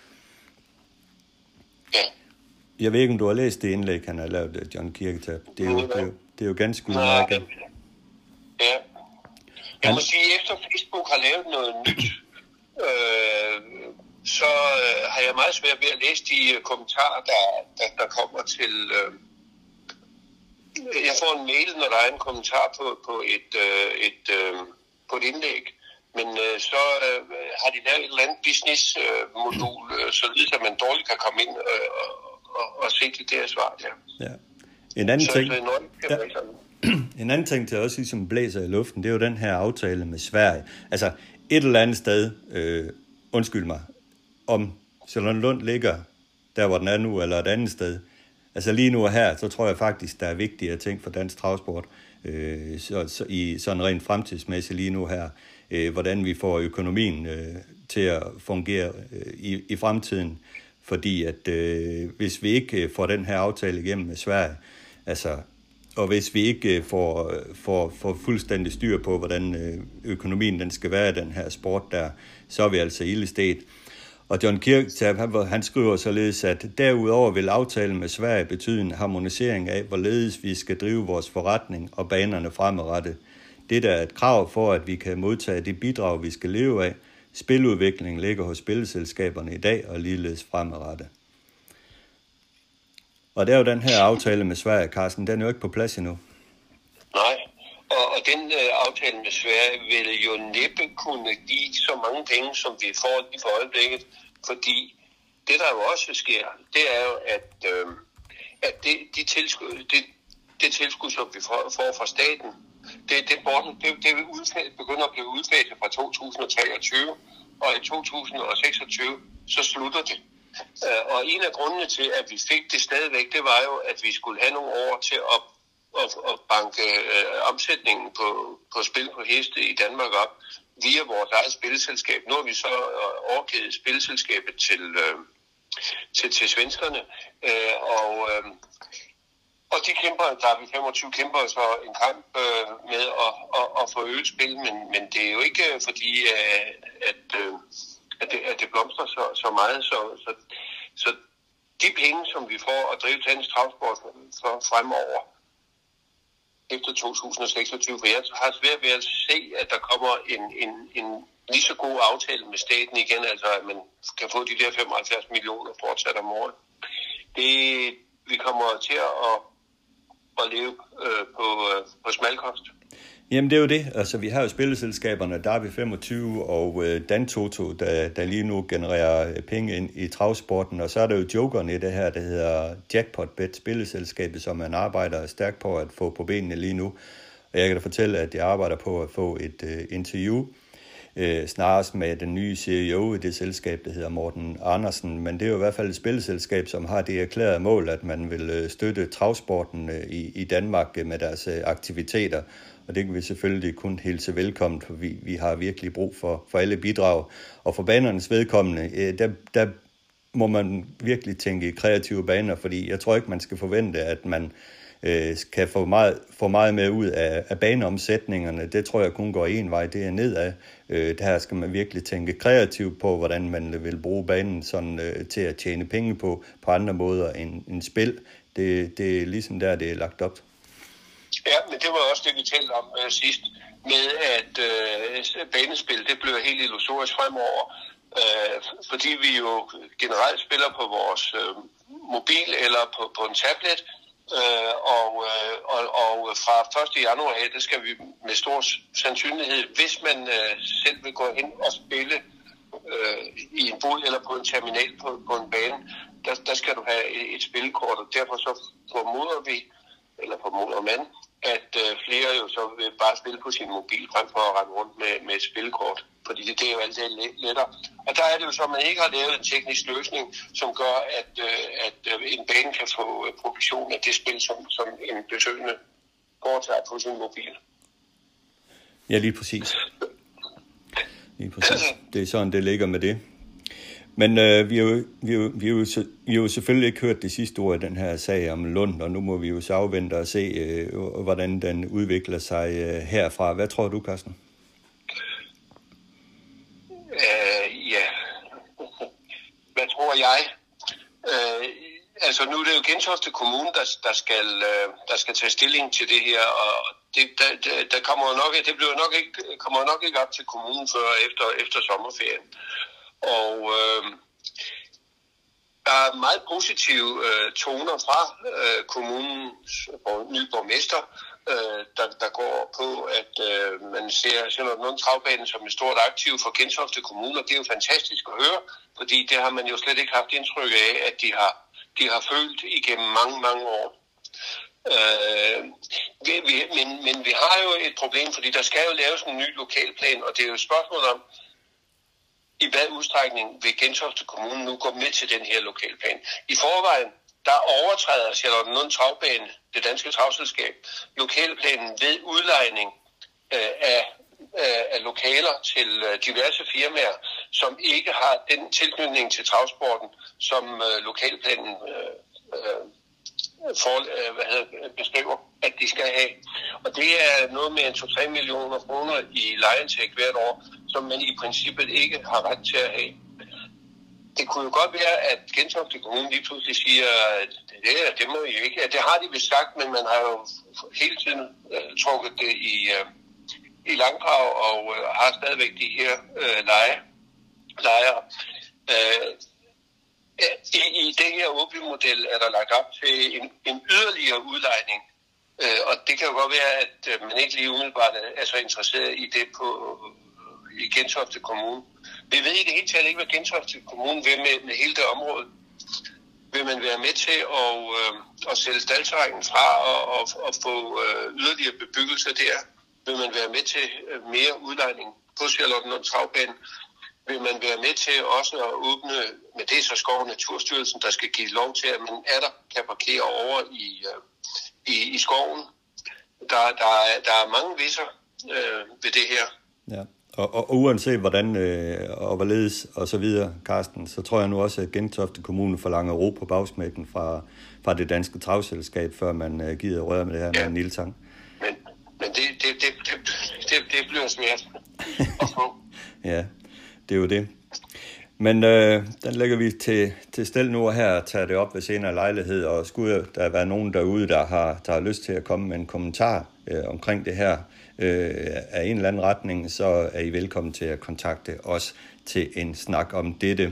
Jeg ved ikke, om du har læst det indlæg, han har lavet, John Kirketerp. Det er jo, det er jo, det er jo ganske udmærket.
Ja. Jeg må sige, efter Facebook har lavet noget nyt, øh, så øh, har jeg meget svært ved at læse de øh, kommentarer, der, der, der kommer til... Øh, jeg får en mail, når der er en kommentar på, på, et, øh, et, øh, på et indlæg. Men øh, så øh, har de lavet et eller andet business-modul, øh, således at man dårligt kan komme ind øh, og Og, og se det der svar der.
Ja. En anden
så,
ting,
så noget, ja.
en anden ting til også ligesom blæser i luften, det er jo den her aftale med Sverige. Altså et eller andet sted, øh, undskyld mig, om Charlottenlund ligger der, hvor den er nu, eller et andet sted. Altså lige nu og her, så tror jeg faktisk, der er vigtigere ting for dansk travsport, øh, så, så, i sådan rent fremtidsmæssigt lige nu her, øh, hvordan vi får økonomien øh, til at fungere øh, i, i fremtiden. Fordi at øh, hvis vi ikke får den her aftale igennem med Sverige, altså, og hvis vi ikke får, får, får fuldstændig styr på, hvordan økonomien den skal være i den her sport der, så er vi altså ildested. Og John Kirketerp, han, han skriver således, at derudover vil aftalen med Sverige betyde en harmonisering af, hvorledes vi skal drive vores forretning og banerne fremadrettet. Det er et krav for, at vi kan modtage det bidrag, vi skal leve af, spiludviklingen ligger hos spilleselskaberne i dag og ligeledes fremadrettet. Og det er jo den her aftale med Sverige, Carsten, den er jo ikke på plads endnu.
Nej, og, og den øh, aftale med Sverige vil jo næppe kunne give så mange penge, som vi får lige for øjeblikket, fordi det der jo også sker, det er jo, at, øh, at det, de tilskud, det, det tilskud, som vi får, får fra staten, det, det, det, det vil udfase, begynder at blive udfaset fra to tusind og treogtyve, og i to tusind og seksogtyve, så slutter det. Og en af grundene til, at vi fik det stadigvæk, det var jo, at vi skulle have nogle år til at, at, at banke øh, omsætningen på, på spil på heste i Danmark op via vores eget spilleselskab. Nu har vi så overgivet spilleselskabet til, øh, til, til svenskerne, øh, og, øh, og de kæmper, der er vi femogtyve kæmper så en kamp øh, med at, at, at få øget spil, men, men det er jo ikke fordi, øh, at... Øh, At det, at det blomstrer så, så meget. Så, så, så de penge, som vi får at drive dansk travsport for fremover efter to tusind og seksogtyve, for jeg har svært ved at se, at der kommer en, en, en lige så god aftale med staten igen, altså at man kan få de der femoghalvfjerds millioner fortsat om året. Det, vi kommer til at, at leve øh, på, øh, på smalkost.
Jamen det er jo det. Altså vi har jo spilleselskaberne Derby femogtyve og øh, Dan Toto, der, der lige nu genererer penge ind i travsporten. Og så er der jo jokeren i det her, der hedder Jackpotbet, spilleselskabet, som man arbejder stærkt på at få på benene lige nu. Og jeg kan da fortælle, at jeg arbejder på at få et øh, interview øh, snarest med den nye C E O i det selskab, der hedder Morten Andersen. Men det er jo i hvert fald et spilleselskab, som har det erklærede mål, at man vil øh, støtte travsporten øh, i, i Danmark øh, med deres øh, aktiviteter. Og det kan vi selvfølgelig kun hilse velkommen, for vi, vi har virkelig brug for, for alle bidrag. Og for banernes vedkommende, der, der må man virkelig tænke i kreative baner, fordi jeg tror ikke, man skal forvente, at man øh, kan få meget, få meget mere ud af, af baneomsætningerne. Det tror jeg kun går en vej, det er nedad. Øh, der skal man virkelig tænke kreativt på, hvordan man vil bruge banen sådan, øh, til at tjene penge på, på andre måder end, end spil. Det, det er ligesom der, det er lagt op.
Ja, men det var også det, vi talte om øh, sidst, med at øh, banespil, det bliver helt illusorisk fremover, øh, fordi vi jo generelt spiller på vores øh, mobil eller på, på en tablet, øh, og, øh, og, og fra første januar af, der skal vi med stor sandsynlighed, hvis man øh, selv vil gå ind og spille øh, i en bod eller på en terminal på, på en bane, der, der skal du have et, et spilkort, og derfor så formoder vi, eller formoder man, at øh, flere jo så vil bare spille på sin mobil frem for at rende rundt med, med et spilkort, fordi det, det er jo altid lettere. Og der er det jo så, at man ikke har lavet en teknisk løsning, som gør, at, øh, at øh, en bane kan få øh, provision af det spil, som, som en besøgende foretager på sin mobil.
Ja, lige præcis. Lige præcis. Det er sådan, det ligger med det. Men øh, vi, har jo, vi, har jo, vi, har jo, vi har jo selvfølgelig ikke hørt det sidste ord i den her sag om Lund, og nu må vi jo så afvente og se, øh, hvordan den udvikler sig øh, herfra. Hvad tror du, Carsten?
Uh, ja, hvad tror jeg? Uh, altså nu er det jo Gentofte Kommune, der, der, skal, uh, der skal tage stilling til det her, og det, der, der, der kommer nok, det bliver nok ikke, kommer nok ikke op til kommunen før efter, efter sommerferien. Og øh, der er meget positive øh, toner fra øh, kommunens nye borgmester, øh, der, der går på, at øh, man ser Charlotte Lund Travbane som et stort aktiv for Gentofte Kommune, og det er jo fantastisk at høre, fordi det har man jo slet ikke haft indtryk af, at de har, de har følt igennem mange, mange år. Øh, vi, vi, men, men vi har jo et problem, fordi der skal jo laves en ny lokalplan, og det er jo et spørgsmål om, i hvad udstrækning vil Gentofte Kommune nu gå med til den her lokalplan. I forvejen, der overtræder Charlotte Lund Travbane, det danske travselskab, lokalplanen ved udlejning øh, af, øh, af lokaler til øh, diverse firmaer, som ikke har den tilknytning til travsporten, som øh, lokalplanen øh, øh, for, øh, hvad hedder, beskriver, at de skal have. Og det er noget med en to til tre millioner kroner i lejeindtægt hvert år, som man i princippet ikke har ret til at have. Det kunne jo godt være, at Gentofte Kommune lige pludselig siger, at det, det må I ikke. Det har de vist sagt, men man har jo hele tiden uh, trukket det i, uh, i langdrag og uh, har stadigvæk de her uh, leje lejere. Øh, i, I det her Åby-model er der lagt op til en, en yderligere udlejning. Øh, og det kan jo godt være, at man ikke lige umiddelbart er så interesseret i det på, i Gentofte Kommune. Vi ved i det hele taget ikke, hvad Gentofte Kommune vil med, med hele det område. Vil man være med til at, øh, at sælge staldterrænen fra og, og, og få øh, yderligere bebyggelse der? Vil man være med til øh, mere udlejning på Charlottenlund Travbane? Vil man være med til også at åbne, med det så Skov- og Naturstyrelsen, der skal give lov til, at man er der kan parkere over i, øh, i, i skoven? Der, der, er, der er mange visser øh, ved det her.
Ja. Og, og uanset hvordan øh, og hvorledes og så videre, Carsten, så tror jeg nu også, at Gentofte Kommune forlanger ro på bagsmækken fra, fra det danske travselskab, før man øh, gider røre med det her ja. med en lille tang.
Men, men det, det, det, det, det, det bliver svært at få.
Ja, det er jo det. Men øh, den lægger vi til, til stel nu og her og tager det op ved senere lejlighed, og skulle der være nogen derude, der har, der har lyst til at komme med en kommentar øh, omkring det her, Øh, af en eller anden retning, så er I velkommen til at kontakte os til en snak om dette.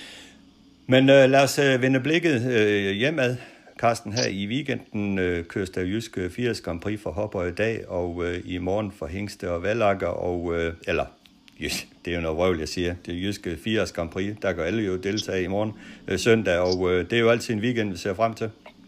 Men øh, lad os øh, vende blikket øh, hjemad. Carsten, her i weekenden øh, køres der Jyske firs Grand Prix for hopper i dag, og øh, i morgen for Hingste og Vallakker, og, øh, eller, yes, det er jo noget vrøvl, jeg siger, det er Jyske firs Grand Prix, der går alle jo deltage i morgen øh, søndag, og øh, det er jo altid en weekend, vi ser frem til.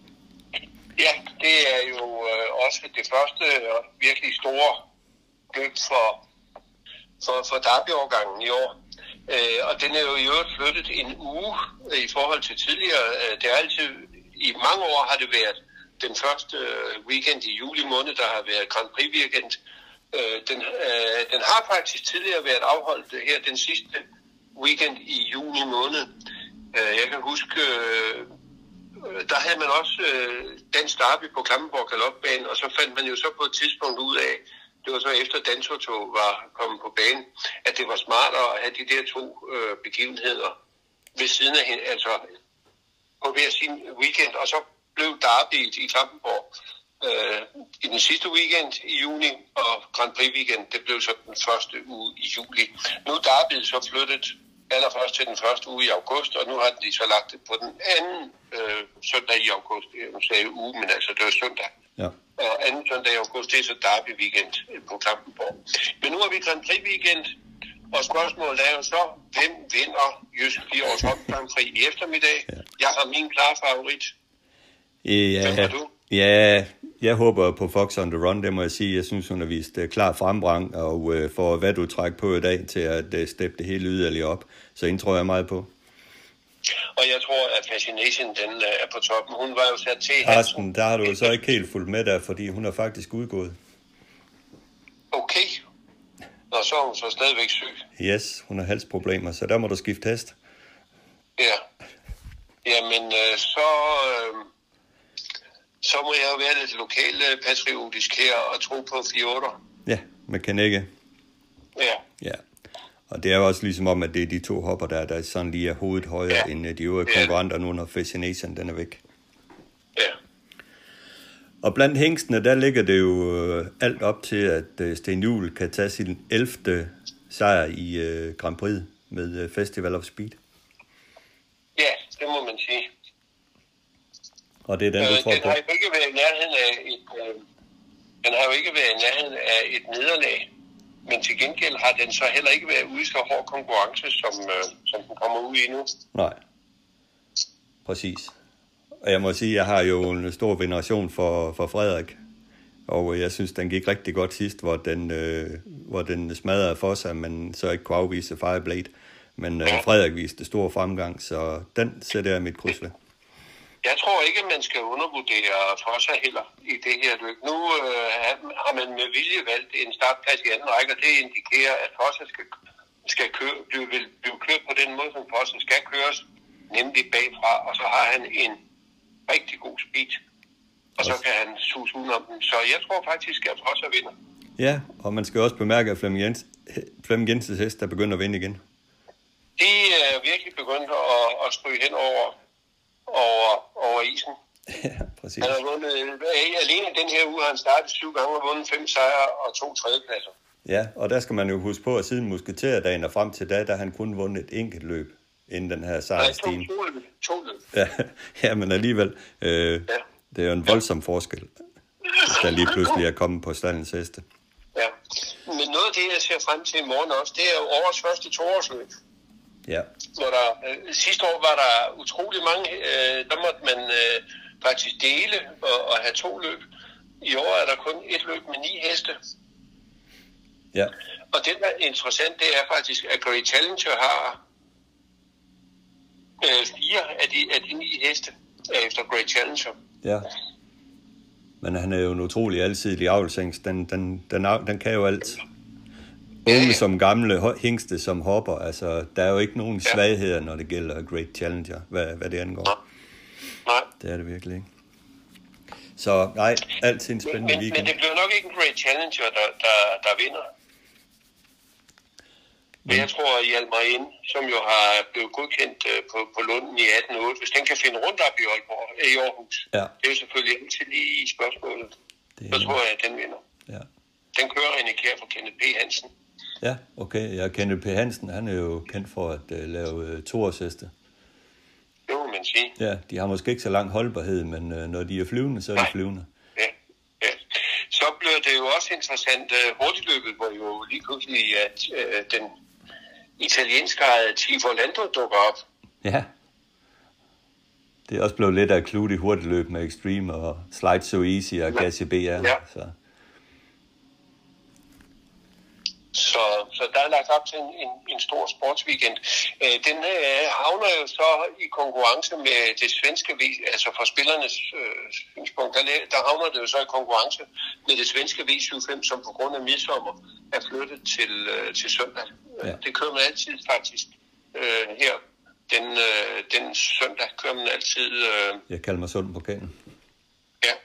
Ja, det er jo øh, også det første og virkelig store løb for, for, for derby-årgangen i år. Øh, og den er jo i øvrigt flyttet en uge øh, i forhold til tidligere. Øh, det er altid, i mange år har det været den første øh, weekend i juli måned, der har været Grand Prix weekend. Øh, den, øh, den har faktisk tidligere været afholdt her den sidste weekend i juni måned. Øh, jeg kan huske... Øh, Der havde man også øh, Dansk Derby på Klampenborg Galopbanen, og så fandt man jo så på et tidspunkt ud af, det var så efter Dantoto var kommet på banen, at det var smartere at have de der to øh, begivenheder ved siden af hende, altså på hver sin weekend, og så blev Derby i Klampenborg øh, i den sidste weekend i juni, og Grand Prix weekend, det blev så den første uge i juli. Nu er Derby så flyttet allerførst til den første uge i august, og nu har de så lagt det på den anden øh, søndag i august. Jeg sagde uge, men altså det var søndag. Ja. Og anden søndag i august, det er så Derby weekend på Klampenborg. Men nu har vi Grand Prix weekend, og spørgsmålet er jo så, hvem vinder Jysk fire års Hop Grand Prix i eftermiddag? Ja. Jeg har min klare favorit.
Ja, hvem har du? Ja, jeg håber på Fox on the Run, det må jeg sige. Jeg synes, hun har vist uh, klar frembrang, og uh, for hvad du trækker på i dag til at uh, steppe det hele yderligere op. Så en tror jeg meget på.
Og jeg tror, at Fascination, den uh, er på toppen. Hun var jo sat til...
Carsten, der har du så ikke helt fulgt med der, fordi hun er faktisk udgået.
Okay. Og så er hun så stadigvæk syg.
Yes, hun har halsproblemer, så der må du skifte hest.
Ja. Jamen, uh, så... Uh... Så må jeg jo være lidt lokalpatriotisk her og tro på fire otter.
Ja, med Kanække.
Ja.
Ja. Og det er jo også ligesom om, at det er de to hopper, der, der sådan lige er hovedet højere ja. end de øvrige ja. konkurrenter nu, når Fascination den er væk.
Ja.
Og blandt hængstene, der ligger det jo alt op til, at Sten Juhl kan tage sin ellevte sejr i uh, Grand Prix med uh, Festival of Speed.
Ja, det må man sige.
Og det er den, du
øh,
tror
den
på?
Har jo ikke været i nærheden af et, øh, den har jo ikke været i nærheden af et nederlag. Men til gengæld har den så heller ikke været ude i så hård konkurrence, som, øh, som den kommer ud i nu.
Nej. Præcis. Og jeg må sige, at jeg har jo en stor veneration for, for Frederik. Og jeg synes, den gik rigtig godt sidst, hvor den, øh, hvor den smadrede for sig, men så ikke kunne afvise Fireblade. Men øh, Frederik viste stor fremgang, så den sætter jeg mit kryds ved.
Jeg tror ikke, at man skal undervurdere for sig heller i det her løb. Nu øh, har man med vilje valgt en startplads i anden række, og det indikerer, at Fossa skal, skal køre, blive, blive kørt på den måde, som Fossa skal køres, nemlig bagfra, og så har han en rigtig god speed, og så kan han suse udenom den. Så jeg tror faktisk, at Fossa vinder.
Ja, og man skal også bemærke, at Flemming, Jens, Flemming Jensens hest er begyndt at vinde igen.
De er virkelig begyndt at, at stryge hen over over, over isen.
Ja, præcis.
Han har vundet, alene den her uge har han startet syv gange og vundet fem sejre og to tredjepladser.
Ja, og der skal man jo huske på, at siden Musketerdagen og frem til da, der har han kun vundet et enkelt løb inden den her sejrsstigen.
Nej, to, to, to løb.
Ja, ja, men alligevel, øh, ja. Det er jo en voldsom forskel, der lige pludselig er kommet på staldens heste.
Ja, men noget af det, jeg ser frem til i morgen også, det er jo årets første toårsløb.
Ja.
Hvor der, øh, sidste år var der utrolig mange, øh, der måtte man øh, faktisk dele og, og have to løb. I år er der kun et løb med ni heste.
Ja.
Og det, der er interessant, det er faktisk, at Great Challenger har øh, fire af de, af de ni heste efter Great Challenger.
Ja. Men han er jo en utrolig alsidig avlshingst. Den, den, den, den kan jo alt. Unge ja, ja. Som gamle hingste, som hopper. Altså, der er jo ikke nogen ja. svagheder, når det gælder Great Challenger, hvad, hvad det angår.
Nej. Nej.
Det er det virkelig ikke. Så nej, altid en spændende
men,
weekend.
Men det bliver nok ikke en Great Challenger, der, der, der vinder. Men jeg tror, at Hjalmar Ind, som jo har blevet godkendt på, på Lunden i atten otte, hvis den kan finde rundt op i Aalborg, i Aarhus, ja. Det er jo selvfølgelig altid lige i spørgsmålet. Det... Så tror jeg, at den vinder. Ja. Den kører René Kjær for Kenneth P. Hansen.
Ja, okay. Ja, Kenneth P. Hansen, han er jo kendt for at uh, lave uh, toårsheste.
Det må man sige.
Ja, de har måske ikke så lang holdbarhed, men uh, når de er flyvende, så er de flyvende.
Ja, ja. Så bliver det jo også interessant uh, hurtigløbet, hvor jo lige pludselig, at uh, den italienske Tifo Lando dukker op.
Ja. Det er også blevet lidt af klut i hurtigløb med Extreme og Slide So Easy og Gassi B R. Ja. Så.
Så, så der er lagt op til en, en, en stor sportsweekend. Øh, den øh, havner jo så i konkurrence med det svenske, altså fra spillernes øh, synspunkt, der, der havner det jo så i konkurrence med det svenske V syvoghalvfems, som på grund af midsommer er flyttet til, øh, til søndag. Ja. Det kører man altid faktisk øh, her. Den, øh, den søndag kører man altid... Øh,
Jeg kalder mig sund på kanen.
Ja.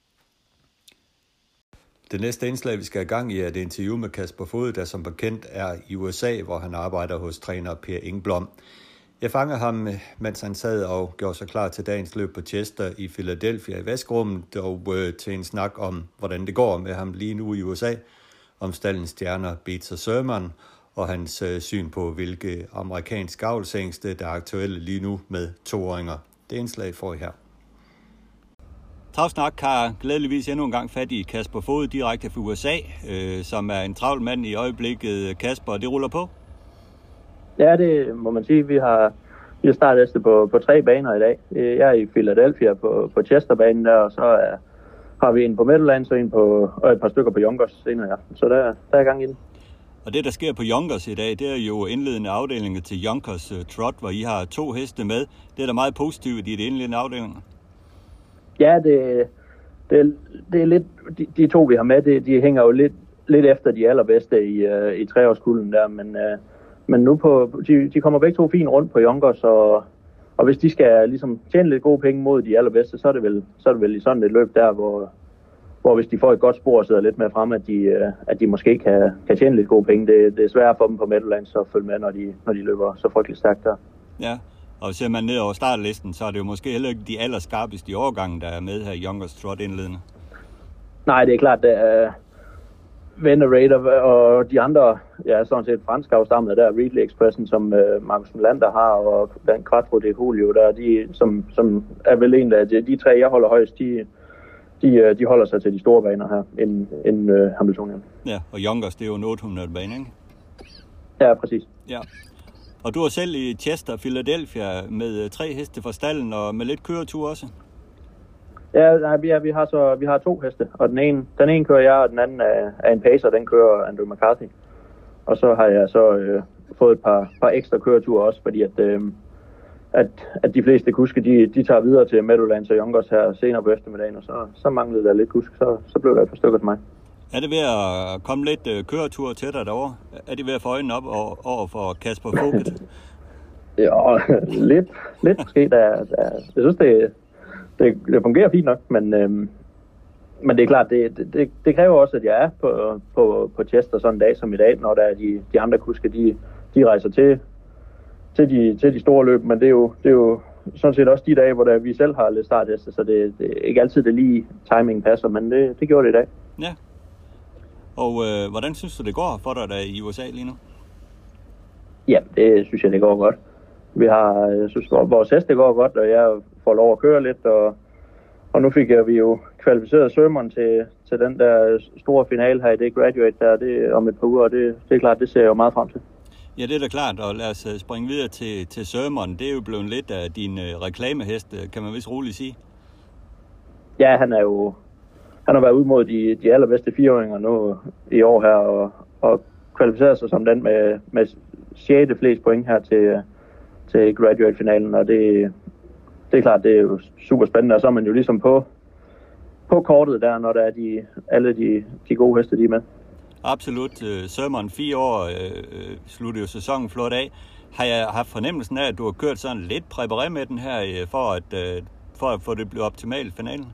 Det næste indslag, vi skal have gang i, er et interview med Kasper Fod, der som bekendt er i U S A, hvor han arbejder hos træner Per Engblom. Jeg fanger ham, mens han sad og gjorde sig klar til dagens løb på Chester i Philadelphia i vaskerummet, og øh, til en snak om, hvordan det går med ham lige nu i U S A, om staldens stjerner Peter Sørman, og hans øh, syn på, hvilke amerikanske avlshingste, der er aktuelle lige nu med toåringer. Det indslag får I her. Travsnak har glædeligvis endnu en gang fat i Kasper Fod direkte fra U S A, øh, som er en travl mand i øjeblikket. Kasper, det ruller på?
Ja, det må man sige. Vi har, vi har startet på, på tre baner i dag. Jeg er i Philadelphia på, på Chesterbanen der, og så er, har vi en på Meadowlands og en på, og et par stykker på Yonkers senere i aften. Så der, der er gang i den.
Og det, der sker på Yonkers i dag, det er jo indledende afdelinger til Yonkers uh, Trot, hvor I har to heste med. Det er da meget positivt i de indledende afdelinger.
Ja, det, det, det er lidt, de, de to vi har med, det, de hænger jo lidt, lidt efter de allerbedste i, uh, i treårskulden der, men, uh, men nu på, de, de kommer begge to fint rundt på Yonkers, og, og hvis de skal ligesom tjene lidt gode penge mod de allerbedste, så er det vel, så er det vel i sådan et løb der, hvor, hvor hvis de får et godt spor og sidder lidt med frem, at de, uh, at de måske kan, kan tjene lidt gode penge. Det, det er svært for dem på Meadowlands at følge med, når de, når de løber så frygteligt stærkt der.
Ja. Og ser man ned over startlisten, så er det jo måske heller ikke de allerskarpeste i årgangen, der er med her i Yonkers Trot indledende.
Nej, det er klart, det er Venerator og de andre, ja, sådan set fransk afstammede der, Ridley Expressen, som uh, Marcus Lander har, og den Quattro de Julio, der de, som, som er vel en af de, de tre, jeg holder højst, de, de, de holder sig til de store baner her, end, end uh, Hamiltonien.
Ja, og Yonkers, det er jo en otte hundrede bane, ikke?
Ja, præcis.
Ja. Og du er selv i Chester, Philadelphia, med tre heste fra stallen og med lidt køretur også?
Ja, nej, vi, er, vi, har så, vi har to heste, og den ene, den ene kører jeg, og den anden er, er en pacer, den kører Andrew McCarthy. Og så har jeg så øh, fået et par, par ekstra køreture også, fordi at, øh, at, at de fleste kuske, de, de tager videre til Meadowlands og Yonkers her senere på eftermiddagen, og så, så manglede der lidt kusk, så, så blev der et par stykker til mig.
Er det ved at komme lidt uh, køretur til dig derovre? Er det ved at få øjnene op over, over for Kasper Foget?
Ja, lidt, lidt måske. Der, der, jeg synes, det, det, det fungerer fint nok, men, øhm, men det er klart, det, det, det kræver også, at jeg er på, på, på Chester sådan en dag som i dag, når der er de, de andre kuske, de, de rejser til, til, de, til de store løb, men det er jo, det er jo sådan set også de dage, hvor der, vi selv har lidt startheste, så det, det er ikke altid det lige timing passer, men det, det gjorde det i dag.
Ja. Og øh, hvordan synes du, det går for dig der i U S A lige nu?
Ja, det synes jeg, det går godt. Vi har, jeg synes, vores heste går godt, og jeg får lov at køre lidt, og, og nu fik jeg, vi jo kvalificeret Sherman til, til den der store finale her i det graduate der, det om et par uger, og det, det er klart, det ser jeg jo meget frem til.
Ja, det er da klart, og lad os springe videre til, til Sherman. Det er jo blevet lidt af din øh, reklamehest, kan man vist roligt sige.
Ja, han er jo, han har været ud mod de, de allerbedste fireåringer nu i år her, og, og kvalificeret sig som den med, med sjette flest point her til, til graduate-finalen, og det, det er klart, det er jo super spændende, og så er man jo ligesom på, på kortet der, når der er de, alle de, de gode heste, de er med.
Absolut. Sherman, fire år, øh, sluttede jo sæsonen flot af. Har jeg haft fornemmelsen af, at du har kørt sådan lidt præparé med den her, for at, øh, for at få det blevet optimalt i finalen?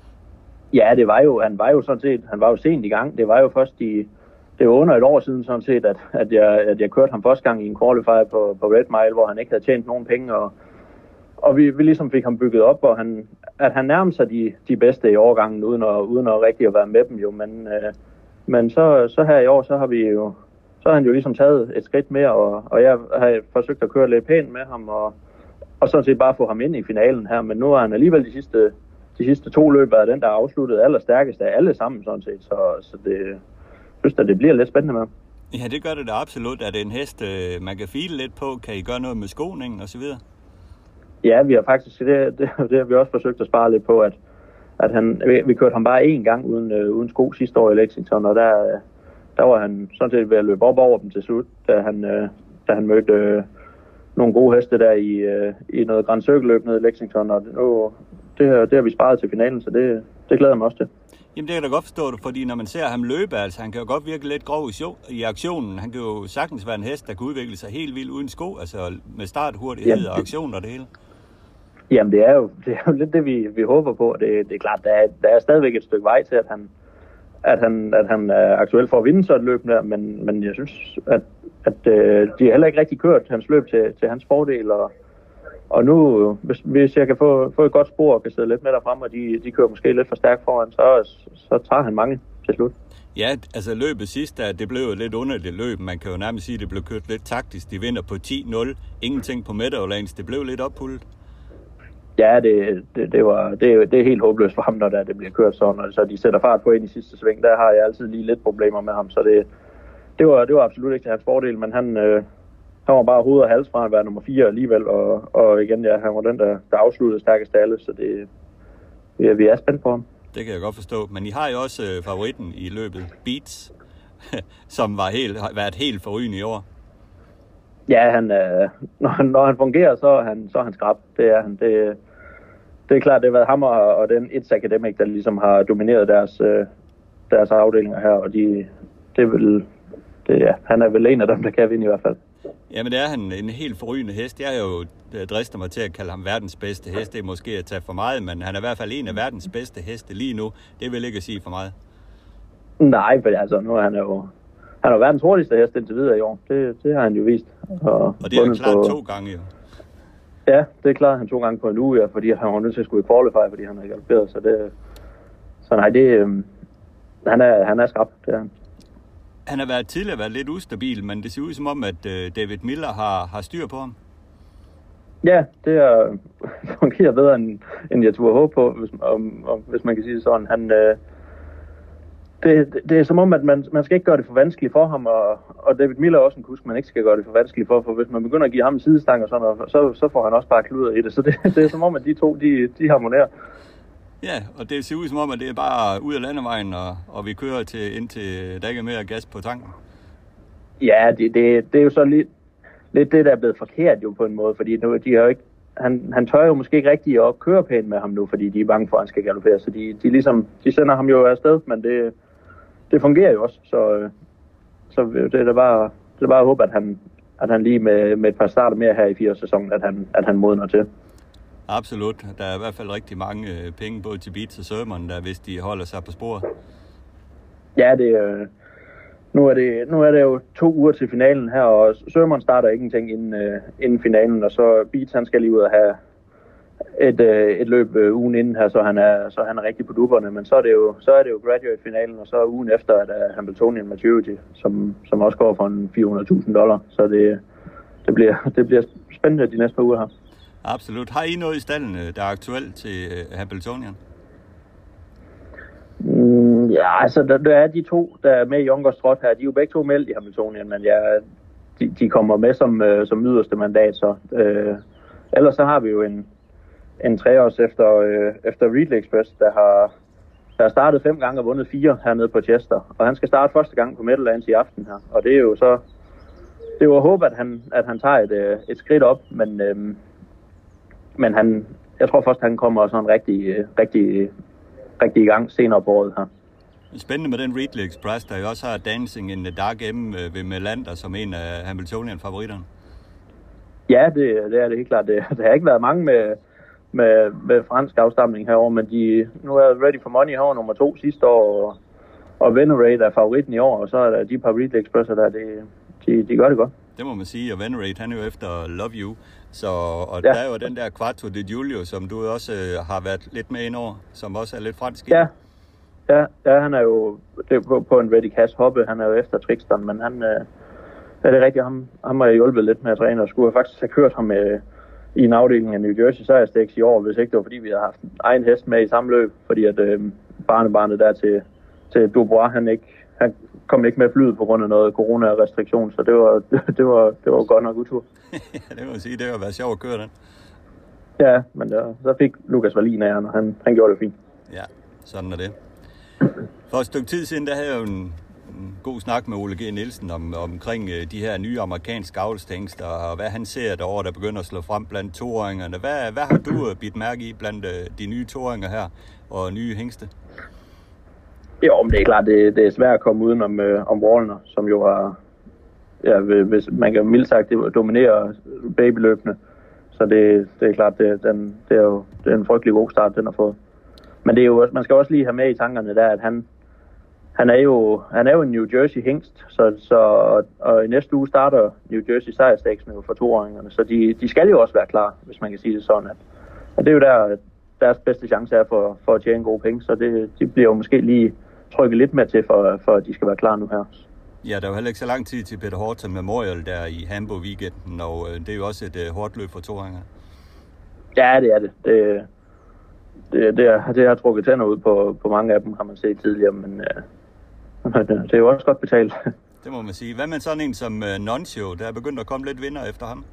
Ja, det var jo, han var jo sådan set, han var jo sent i gang. Det var jo først i, det var under et år siden sådan set, at, at, jeg, at jeg kørte ham første gang i en qualifier på, på Red Mile, hvor han ikke havde tjent nogen penge, og, og vi, vi ligesom fik ham bygget op, og han, at han nærmede sig de, de bedste i årgangen, uden at, uden at rigtig at være med dem jo, men, øh, men så, så her i år, så har vi jo, så har han jo ligesom taget et skridt mere, og, og jeg har forsøgt at køre lidt pænt med ham, og, og sådan set bare få ham ind i finalen her, men nu er han alligevel de sidste, de sidste to løb af den, der er afsluttet allerstærkest af alle sammen sådan set, så, så det, jeg synes at det bliver lidt spændende med ham.
Ja, det gør det da absolut. Er det en hest, man kan file lidt på? Kan I gøre noget med skoningen og så videre?
Ja, vi har faktisk, det, det, det har vi også forsøgt at spare lidt på, at, at han, vi, vi kørte ham bare én gang uden, øh, uden sko sidste år i Lexington, og der, der var han sådan set ved at løbe op over dem til slut, da han, øh, da han mødte øh, nogle gode heste der i, øh, i noget Grand Circle-løb nede i Lexington, og nu, det, det har vi sparet til finalen, så det, det glæder jeg mig også til.
Jamen det kan jeg da godt forstå det, fordi når man ser ham løbe, altså han kan jo godt virke lidt grov i aktionen. Han kan jo sagtens være en hest, der kan udvikle sig helt vildt uden sko, altså med starthurtighed og aktion og det hele.
Jamen det er jo, det er jo lidt det, vi, vi håber på. Det, det er klart, der er, der er stadigvæk et stykke vej til, at han, at han, at han er aktuel for at vinde så et løb der, men, men jeg synes, at, at øh, de har heller ikke rigtig kørt hans løb til, til hans fordel, og Og nu, hvis, hvis jeg kan få, få et godt spor og kan sidde lidt med derfrem, og de, de kører måske lidt for stærkt foran, så, så tager han mange til slut.
Ja, altså løbet sidst, det blev et lidt underligt løb. Man kan jo nærmest sige, at det blev kørt lidt taktisk. De vinder på ti nul. Ingenting på Meadowlands. Det blev lidt oppullet.
Ja, det, det, det, var, det, det er helt håbløst for ham, når det bliver kørt sådan. Og så de sætter fart på ind i sidste sving. Der har jeg altid lige lidt problemer med ham. Så det, det, var, det var absolut ikke til hans fordel, men han... Øh, Han var bare hoved og hals fra at være nummer fire alligevel, og, og igen, ja, han var den, der, der afsluttede stærkest af alle, så det, ja, vi er spændt på ham.
Det kan jeg godt forstå, men I har jo også øh, favoritten i løbet, Beats, som var helt, har været helt forrygende i år.
Ja, han, øh, når, når han fungerer, så er han, så er han skrab. Det er han. Det, det er klart, det har været ham og, og den It's Academic, der ligesom har domineret deres, øh, deres afdelinger her, og de, det er vel, det, ja, han er vel en af dem, der kan vinde i hvert fald.
Jamen det er han, en helt forrygende hest. Jeg er jo drister mig til at kalde ham verdens bedste hest. Det er måske at tage for meget, men han er i hvert fald en af verdens bedste heste lige nu. Det vil ikke at sige for meget.
Nej, for altså nu er han jo han er verdens hurtigste hest indtil videre i år. Det, det har han jo vist.
Og, og det er jo klart på, to gange jo.
Ja, det er klart han to gange på en uge, ja, fordi han var nødt til at skulle i qualify, fordi han har galoperet. Så det, så nej, det øhm, han er han er skrab, det er han.
Han har været tidligere været lidt ustabil, men det ser ud som om, at øh, David Miller har, har styr på ham.
Ja, det er, fungerer bedre, end, end jeg turde håbe på, hvis, om, om, hvis man kan sige det sådan. Han, øh, det, det, det er som om, at man, man skal ikke gøre det for vanskeligt for ham, og, og David Miller er også en kusk, man ikke skal gøre det for vanskeligt for, for hvis man begynder at give ham en sidestang og sådan noget, så, så får han også bare kluder i det. Så det, det er som om, at de to, de, de harmonerer.
Ja, og det ser ud som om, at det er bare ud af landevejen, og, og vi kører til, indtil der ikke er mere gas på tanken.
Ja, det, det, det er jo så lidt, lidt det, der er blevet forkert jo på en måde, fordi nu, de har jo ikke, han, han tør jo måske ikke rigtig at køre pænt med ham nu, fordi de er bange for, at han skal galopere, så de, de, ligesom, de sender ham jo afsted, men det, det fungerer jo også, så, så det er da bare, det er bare at håbe, at han, at han lige med, med et par starter mere her i fire sæsonen, at han, at han modner til.
Absolut. Der er i hvert fald rigtig mange penge både til Beats og Sherman, der hvis de holder sig på sporet.
Ja, det øh, nu er det nu er det jo to uger til finalen her, og Sherman starter ingenting inden, øh, inden finalen, og så Beats han skal lige ud og have et, øh, et løb øh, ugen inden her, så han er så han er rigtig på dupperne, men så er det jo så er det jo graduate-finalen, og så ugen efter er der Hambletonian Maturity, som som også går for en fire hundrede tusind dollar, så det det bliver det bliver spændende de næste par uger her.
Absolut. Har I noget i stallen, der er aktuelt til uh, Hambletonian?
Mm, ja, altså der, der er de to, der er med i Youngers Trot her, de er jo begge to meldt i Hambletonian, men ja, de, de kommer med som, uh, som yderste mandat, så uh, ellers så har vi jo en en treårs efter, øh, efter Ridley Express, der har, der har startet fem gange og vundet fire hernede på Chester. Og han skal starte første gang på Meadowlands i aften her. Og det er jo så, det er jo at håbe, at han, at han tager et, et skridt op, men, øhm, men han, jeg tror først, han kommer sådan rigtig, rigtig, rigtig i gang senere på året her.
Spændende med den Ridley Express, der jo også har Dancing in the Dark M ved Melander som en af Hambletonian-favoritterne.
Ja, det, det er det helt klart. Det, der har ikke været mange med Med, med fransk afstamning herover, men de, nu er Ready for Money herovre nummer to sidste år, og, og Venerate er favoritten i år, og så er der de par Ridley Expresser der, de, de, de gør det godt.
Det må man sige, og Venerate, han er jo efter Love You, så, og
ja.
Der er jo den der Quattro de Giulio, som du også øh, har været lidt med ind over, som også er lidt fransk.
Ja, ja, ja han er jo det er på, på en Ready Cash hoppe, han er jo efter Trixton, men han øh, er det rigtigt, ham, ham har jeg hjulpet lidt med at træne, og skulle faktisk have kørt ham med i en afdeling af New Jersey Sejrstakes i år, hvis ikke det var fordi vi havde haft en egen hest med i samme løb, fordi at øh, barnebarnet der til, til Dubois, han, ikke, han kom ikke med flyet på grund af noget corona-restriktion, så det var, det var, det var godt nok utur.
Ja, det må jeg sige, det har været sjovt at køre den.
Ja, men der, så fik Lukas Wallin af han, og han, han gjorde det fint.
Ja, sådan er det. For et stykke tid siden, der havde jeg jo en en god snak med Ole G. Nielsen om, omkring de her nye amerikanske avlstængster, og hvad han ser derovre, der begynder at slå frem blandt toåringerne. Hvad, hvad har du bidt mærke i blandt de nye toåringer her, og nye hængste?
Jo, men det er klart, det, det er svært at komme uden om, øh, om Wallner, som jo har, ja, hvis man kan mildt sagt, dominere babyløbene. Så det, det er klart, det, den, det er jo det er en frygtelig god start, den har fået. Men det er jo, man skal også lige have med i tankerne der, at han Han er jo han er jo en New Jersey hængst, så, så og i næste uge starter New Jersey Sejrstakes for toåringerne, så de, de skal jo også være klar, hvis man kan sige det sådan, at, at det er jo der deres bedste chance er for, for at tjene gode penge, så det, de bliver jo måske lige trykket lidt mere til, for, for at de skal være klar nu her.
Ja, der er jo heller ikke så lang tid til Peter Horton Memorial der i Hamburg weekenden, og det er jo også et uh, hårdt løb for toåringer.
Ja, det er det. Det, det, det, er, det har trukket tænder ud på, på mange af dem, har man set tidligere, men uh, det er jo også godt betalt.
Det må man sige. Hvad med sådan en som uh, Nuncio? Der er begyndt at komme lidt vinder efter ham.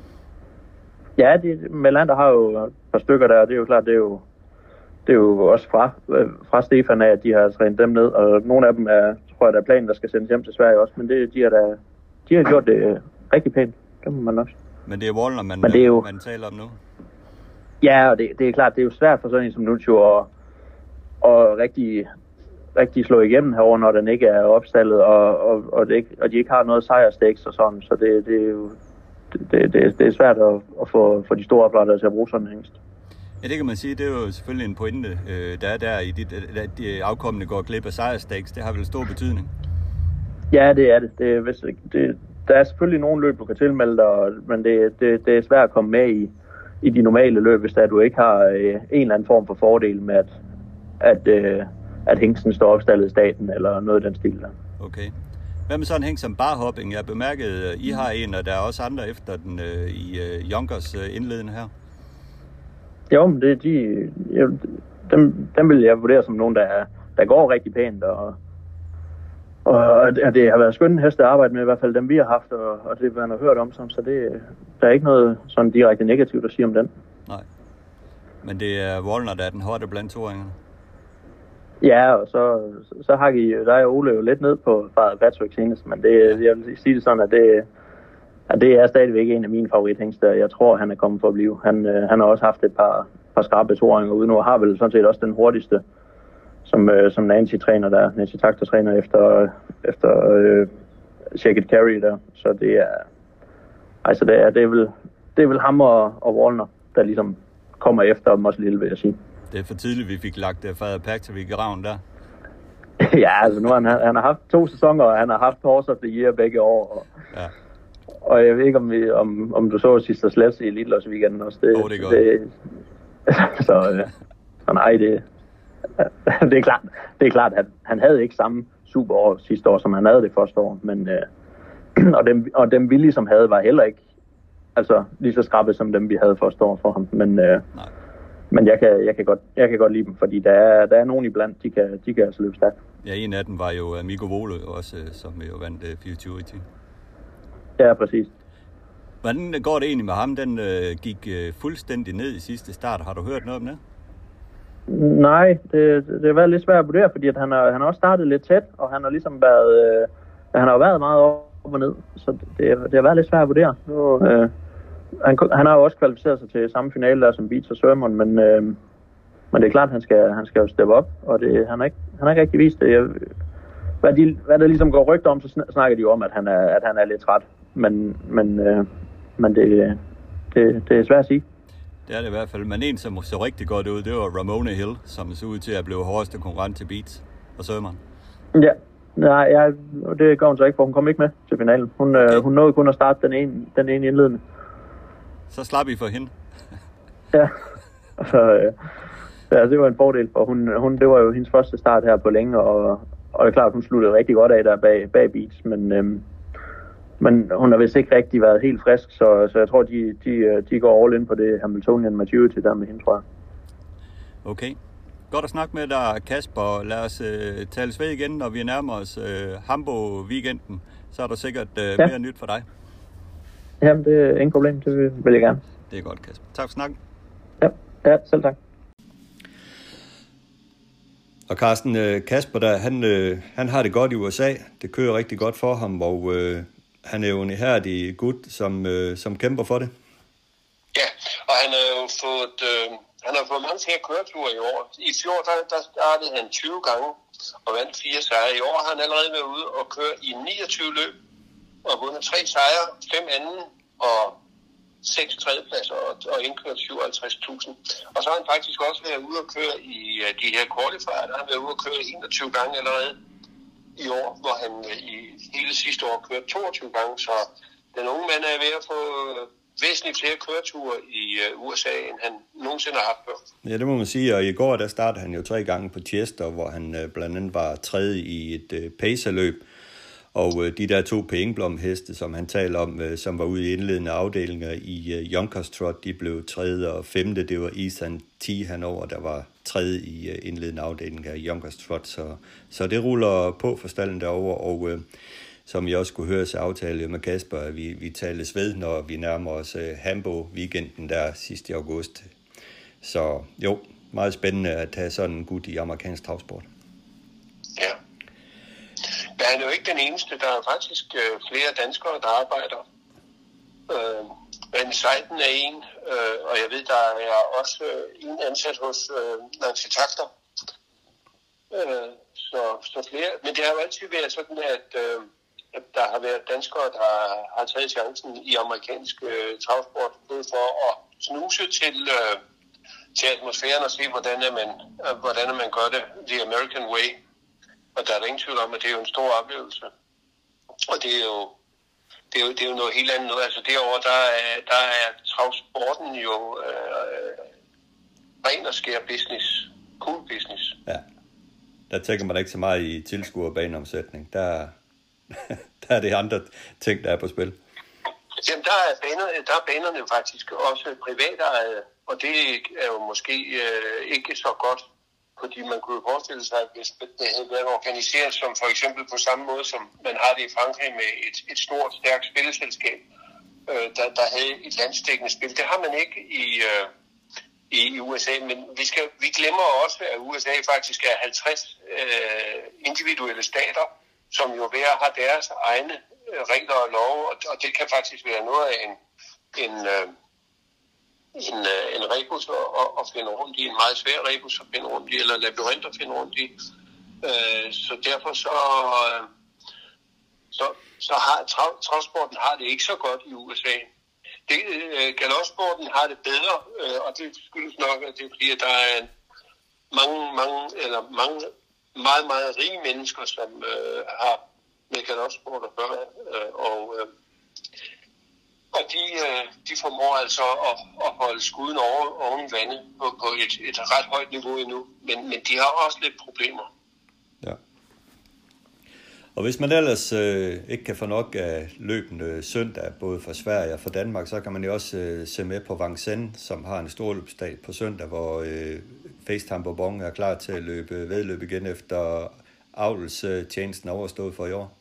Ja, det, Melander har jo et par stykker der, og det er jo klart, det er jo, det er jo også fra, fra Stefan af, at de har trænet dem ned, og nogle af dem er, tror jeg, der er planen, der skal sendes hjem til Sverige også, men det, de, har da, de har gjort det rigtig pænt, det må man også.
Men det er Wallner, man,
det er jo,
man taler om nu?
Ja, og det, det er klart, det er jo svært for sådan en som Nuncio at, at rigtig, rigtig slå igennem herover, når den ikke er opstallet, og, og, og, det ikke, og de ikke har noget sejrstakes og sådan, så det, det er jo det, det, det er svært at, at få, få de store opladere til at bruge sådan en hængst.
Ja, det kan man sige. Det er jo selvfølgelig en pointe, der er der i de, de afkommende går glip af sejrstakes. Det har vel stor betydning? Ja, det er det. det, hvis, det der er selvfølgelig nogle løb, du kan tilmelde dig, men det, det, det er svært at komme med i, i de normale løb, hvis der, du ikke har øh, en eller anden form for fordel med, at, at, øh, at hængsten står opstallet i staten, eller noget af den stil der. Okay. Hvad med sådan en hæng som barhopping? Jeg bemærkede, at I har en, og der er også andre efter den øh, i øh, Yonkers øh, indledende her. Jo, men det, de, jeg, dem, dem vil jeg vurdere som nogen, der, der går rigtig pænt, og, og, og det har været skønne heste at arbejde med, i hvert fald dem vi har haft, og, og det man har hørt om, så det, der er ikke noget sådan direkte negativt at sige om den. Nej, men det er Wallner, der er den hotte blandt toåringerne. Ja, og så, så har I, der er Ole jo lidt ned på Father Patrick senest, men det, jeg vil sige det sådan, at det, at det er stadigvæk en af mine favorithængster. Jeg tror, han er kommet for at blive. Han, øh, han har også haft et par, par skrabe toåringer ude nu, og har vel sådan set også den hurtigste, som, øh, som Nancy træner der, Nancy Takter træner efter, efter øh, Shake It Carry der. Så det er, altså det er, det er vel, det er vel ham og, og Wallner, der ligesom kommer efter dem også lille, vil jeg sige. Det er for tidligt, vi fik lagt uh, Father Patrick i graven der. Ja, altså nu har han, han har haft to sæsoner, og han har haft Horse of the Year begge år. Og, ja. Og jeg ved ikke, om, vi, om, om du så sidste slæs i Lidlås weekenden også. Det, oh, det, det,
så, øh, så nej, det, det er klart, det er klart, at han havde ikke samme superår sidste år, som han havde det første år, men øh, og, dem, og dem vi ligesom havde, var heller ikke altså lige så skrappe som dem vi havde første år for ham, men øh, men jeg kan jeg kan godt jeg kan godt lide dem, fordi der er der er nogen iblandt, de kan de kan altså løbe stærkt.
Ja, en af dem var jo Mikko Volo også, som jo vandt uh, Futurity.
Ja, præcis.
Hvordan går det egentlig med ham? Den øh, gik øh, fuldstændig ned i sidste start. Har du hørt noget om det?
Nej, det, det har været lidt svært at vurdere, fordi at han, har, han har også startet lidt tæt, og han har ligesom været, øh, han har været meget op og ned, så det, det har været lidt svært at vurdere. Nu, øh, han, han har jo også kvalificeret sig til samme finale der som Beats og Sermon, men, øh, men det er klart, at han skal, han skal jo steppe op, og det, han, har ikke, han har ikke rigtig vist det. Jeg, hvad, de, hvad der ligesom går rygter om, så snakker de jo om, at han er, at han er lidt træt, men, men, øh, men det, det, det er svært at sige.
Det er det i hvert fald. Men en, som så rigtig godt ud, det var Ramona Hill, som så ud til at blive hårdeste konkurrent til Beats og Sermon.
Ja, nej, ja, det går hun så ikke, for hun kom ikke med til finalen. Hun, okay. øh, hun nåede kun at starte den ene, den ene indledende.
Så slap I for hende.
Ja, så øh, ja, det var en fordel, for hun, hun, det var jo hendes første start her på længe, og, og det er klart, hun sluttede rigtig godt af der bag, bag Beats, men... Øh, Men hun har vist ikke rigtig været helt frisk, så, så jeg tror, de, de, de går all in på det Hamiltonian Maturity der med hende, tror jeg.
Okay. Godt at snakke med dig, Kasper. Lad os uh, tales ved igen, når vi nærmer os uh, Hambo-weekenden. Så er der sikkert uh, ja. mere nyt for dig.
Jamen, det er ingen problem. Det vil jeg gerne.
Det er godt, Kasper. Tak for snakken.
Ja, ja selv tak.
Og Carsten, Kasper der, han, han har det godt i U S A. Det kører rigtig godt for ham, og uh, han er jo en ihærdig gut, som, uh, som kæmper for det.
Ja, og han har jo fået, øh, han har fået mange flere køreture i år. I fjor, der, der startede han tyve gange og vandt fire sejre. I år har han allerede været ude og køre i niogtyve løb og vundet tre sejre, fem anden og seks tredjepladser og, og indkørt syvoghalvtreds tusind. Og så har han faktisk også været ude og køre i uh, de her qualifier. Der har han været ude og køre enogtyve gange allerede i år, hvor han uh, i hele sidste år kørte toogtyve gange. Så den unge mand er ved at få uh, væsentligt flere køreture i uh, U S A, end han nogensinde har haft før.
Ja, det må man sige. Og i går der startede han jo tre gange på Chester, hvor han uh, blandt andet var tredje i et uh, pacerløb. Og øh, de der to P-Engblom-heste, som han taler om, øh, som var ude i indledende afdelinger i øh, Yonkers Trot, de blev tredje og femte. Det var Ethan T. Hanover, der var tredje i øh, indledende afdelinger i Yonkers Trot. Så, så det ruller på for stallen derovre, og øh, som jeg også kunne høre sig aftale med Kasper, at vi, vi tales ved, når vi nærmer os øh, Hambo-weekenden der sidst i august. Så jo, meget spændende at have sådan en gut i amerikansk travsport.
Ja. Men han er jo ikke den eneste. Der er faktisk øh, flere danskere, der arbejder. Øh, Van Seiden er en, øh, og jeg ved, der er også øh, en ansat hos øh, Nancy Takter. Øh, så, så flere. Men det har jo altid været sådan, at, øh, at der har været danskere, der har taget chancen i amerikansk øh, travsport, både for at snuse til, øh, til atmosfæren og se, hvordan er man, øh, hvordan er man gør det the American way. Og der er der ingen tvivl om, at det er jo en stor oplevelse. Og det er jo, det er jo, det er jo noget helt andet. Altså derovre, der er, der er travsporten jo øh, ren og skær business. Cool business.
Ja. Der tænker man ikke så meget i tilskuer og baneomsætning. Der, der er det andre ting, der er på spil.
Jamen, der er banerne, der er banerne jo faktisk også privatejet, og det er jo måske øh, ikke så godt. Fordi man kunne forestille sig, at hvis det havde været organiseret som for eksempel på samme måde, som man har det i Frankrig med et, et stort, stærkt spilleselskab, øh, der, der havde et landsdækkende spil. Det har man ikke i, øh, i U S A, men vi, skal, vi glemmer også, at U S A faktisk er halvtreds øh, individuelle stater, som jo hver har deres egne øh, regler og love, og, og det kan faktisk være noget af en... en øh, en, en rebus at, at finde rundt i, en meget svær rebus at finde rundt i, eller labyrint at finde rundt i. Øh, så derfor så, så, så har travsporten har det ikke så godt i U S A. Det, øh, galopsporten har det bedre, øh, og det skyldes nok, at det er fordi, at der er mange, mange, eller mange meget, meget rige mennesker, som øh, har med galopsport at gøre, øh, og øh, Og de, de formår altså at, at holde skuden over, oven vandet på, på et, et ret højt niveau endnu. Men, men de har også lidt problemer.
Ja. Og hvis man ellers øh, ikke kan få nok af løbende søndag, både for Sverige og for Danmark, så kan man jo også øh, se med på Vincennes, som har en stor løbsdag på søndag, hvor øh, FaceTime Bourbon er klar til at løbe vedløb igen efter avlstjenesten overstået for i år.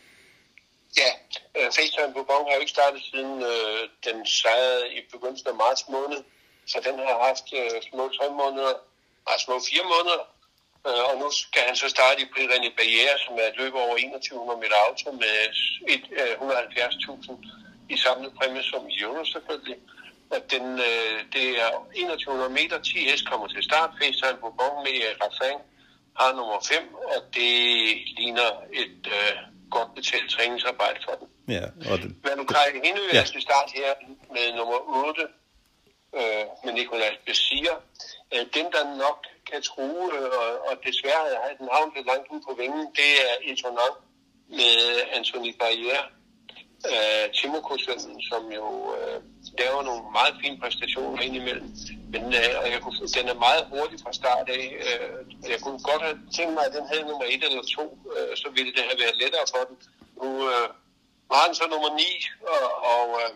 Ja, øh, FaceTime Bourbon har jo ikke startet siden øh, den sejrede i begyndelsen af marts måned, så den har haft øh, små tre måneder, nej, små fire måneder. Og nu skal han så starte i Prix René Barrière, som er et løb over enogtyve hundrede meter auto med et hundrede og halvfjerds tusind i samlet præmie som euro selvfølgelig. Og den, det er enogtyve hundrede meter, ti hest kommer til start. FaceTime Bourbon med Raffin har nummer fem, og det ligner et øh, godt betalt træningsarbejde for den.
Ja, og det...
Manu Kaya-Henø ja. er til start her med nummer otte øh, med Nicolas Bessier. Øh, den, der nok kan true, og, og desværre har den havnet lidt langt ud på vingen, det er Etonan med Anthony Barrière, øh, Timoko-sønnen, som jo øh, laver nogle meget fine præstationer indimellem. Men øh, og jeg kunne, den er meget hurtig fra start af, øh, og jeg kunne godt have tænkt mig, at den havde nummer et eller to, øh, så ville det have været lettere for den. Nu øh, har den så nummer ni, og, og øh,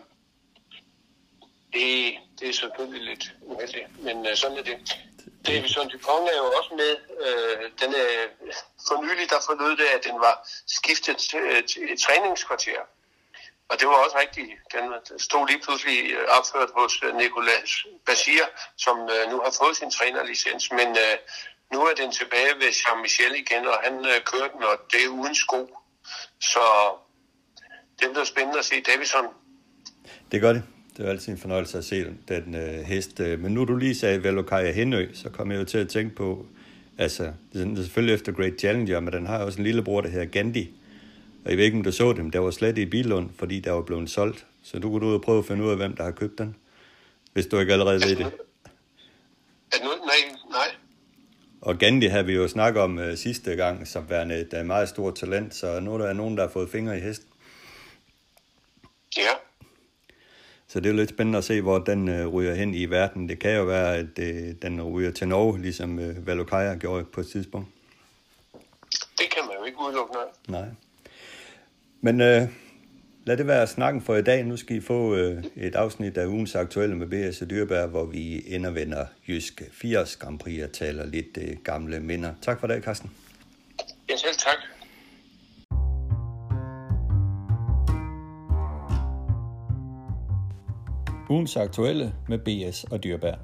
det, det er selvfølgelig lidt uheldigt, men øh, sådan er det. Davison Dupont er jo også med. Øh, den er for nylig, der forlod det, at den var skiftet til, til et træningskvarter. Og det var også rigtigt. Den stod lige pludselig opført hos Nicolas Bessier, som øh, nu har fået sin trænerlicens. Men øh, nu er den tilbage ved Jean-Michel igen, og han øh, kører den, og det er uden sko. Så det bliver spændende at se Davison.
Det gør det. Det er altid en fornøjelse at se den øh, hest. Men nu du lige sagde Velo Kaya-Henø, så kom jeg jo til at tænke på, altså, det er selvfølgelig efter Great Challenger, men den har også en lillebror, der hedder Gandhi. Og jeg ved ikke, om du så dem, der var slet i Billund, fordi der var blevet solgt. Så du kunne ud og prøve at finde ud af, hvem der har købt den, hvis du ikke allerede ved det.
Nej, nej.
Og Gandhi havde vi jo snakket om uh, sidste gang, som værende et uh, meget stort talent, så nu er der nogen, der har fået fingre i hesten.
Ja.
Så det er lidt spændende at se, hvor den øh, ryger hen i verden. Det kan jo være, at øh, den ryger til Norge, ligesom øh, Velo Kaya gjorde på et tidspunkt.
Det kan man jo ikke udelukke, nej.
Nej. Men øh, lad det være snakken for i dag. Nu skal I få øh, et afsnit af ugens aktuelle med B S og Dyrebær, hvor vi indvender Jysk firs Grand Prix og taler lidt øh, gamle minder. Tak for det, Carsten.
Ja, selv tak.
Ugens aktuelle med B S og Dyrebær.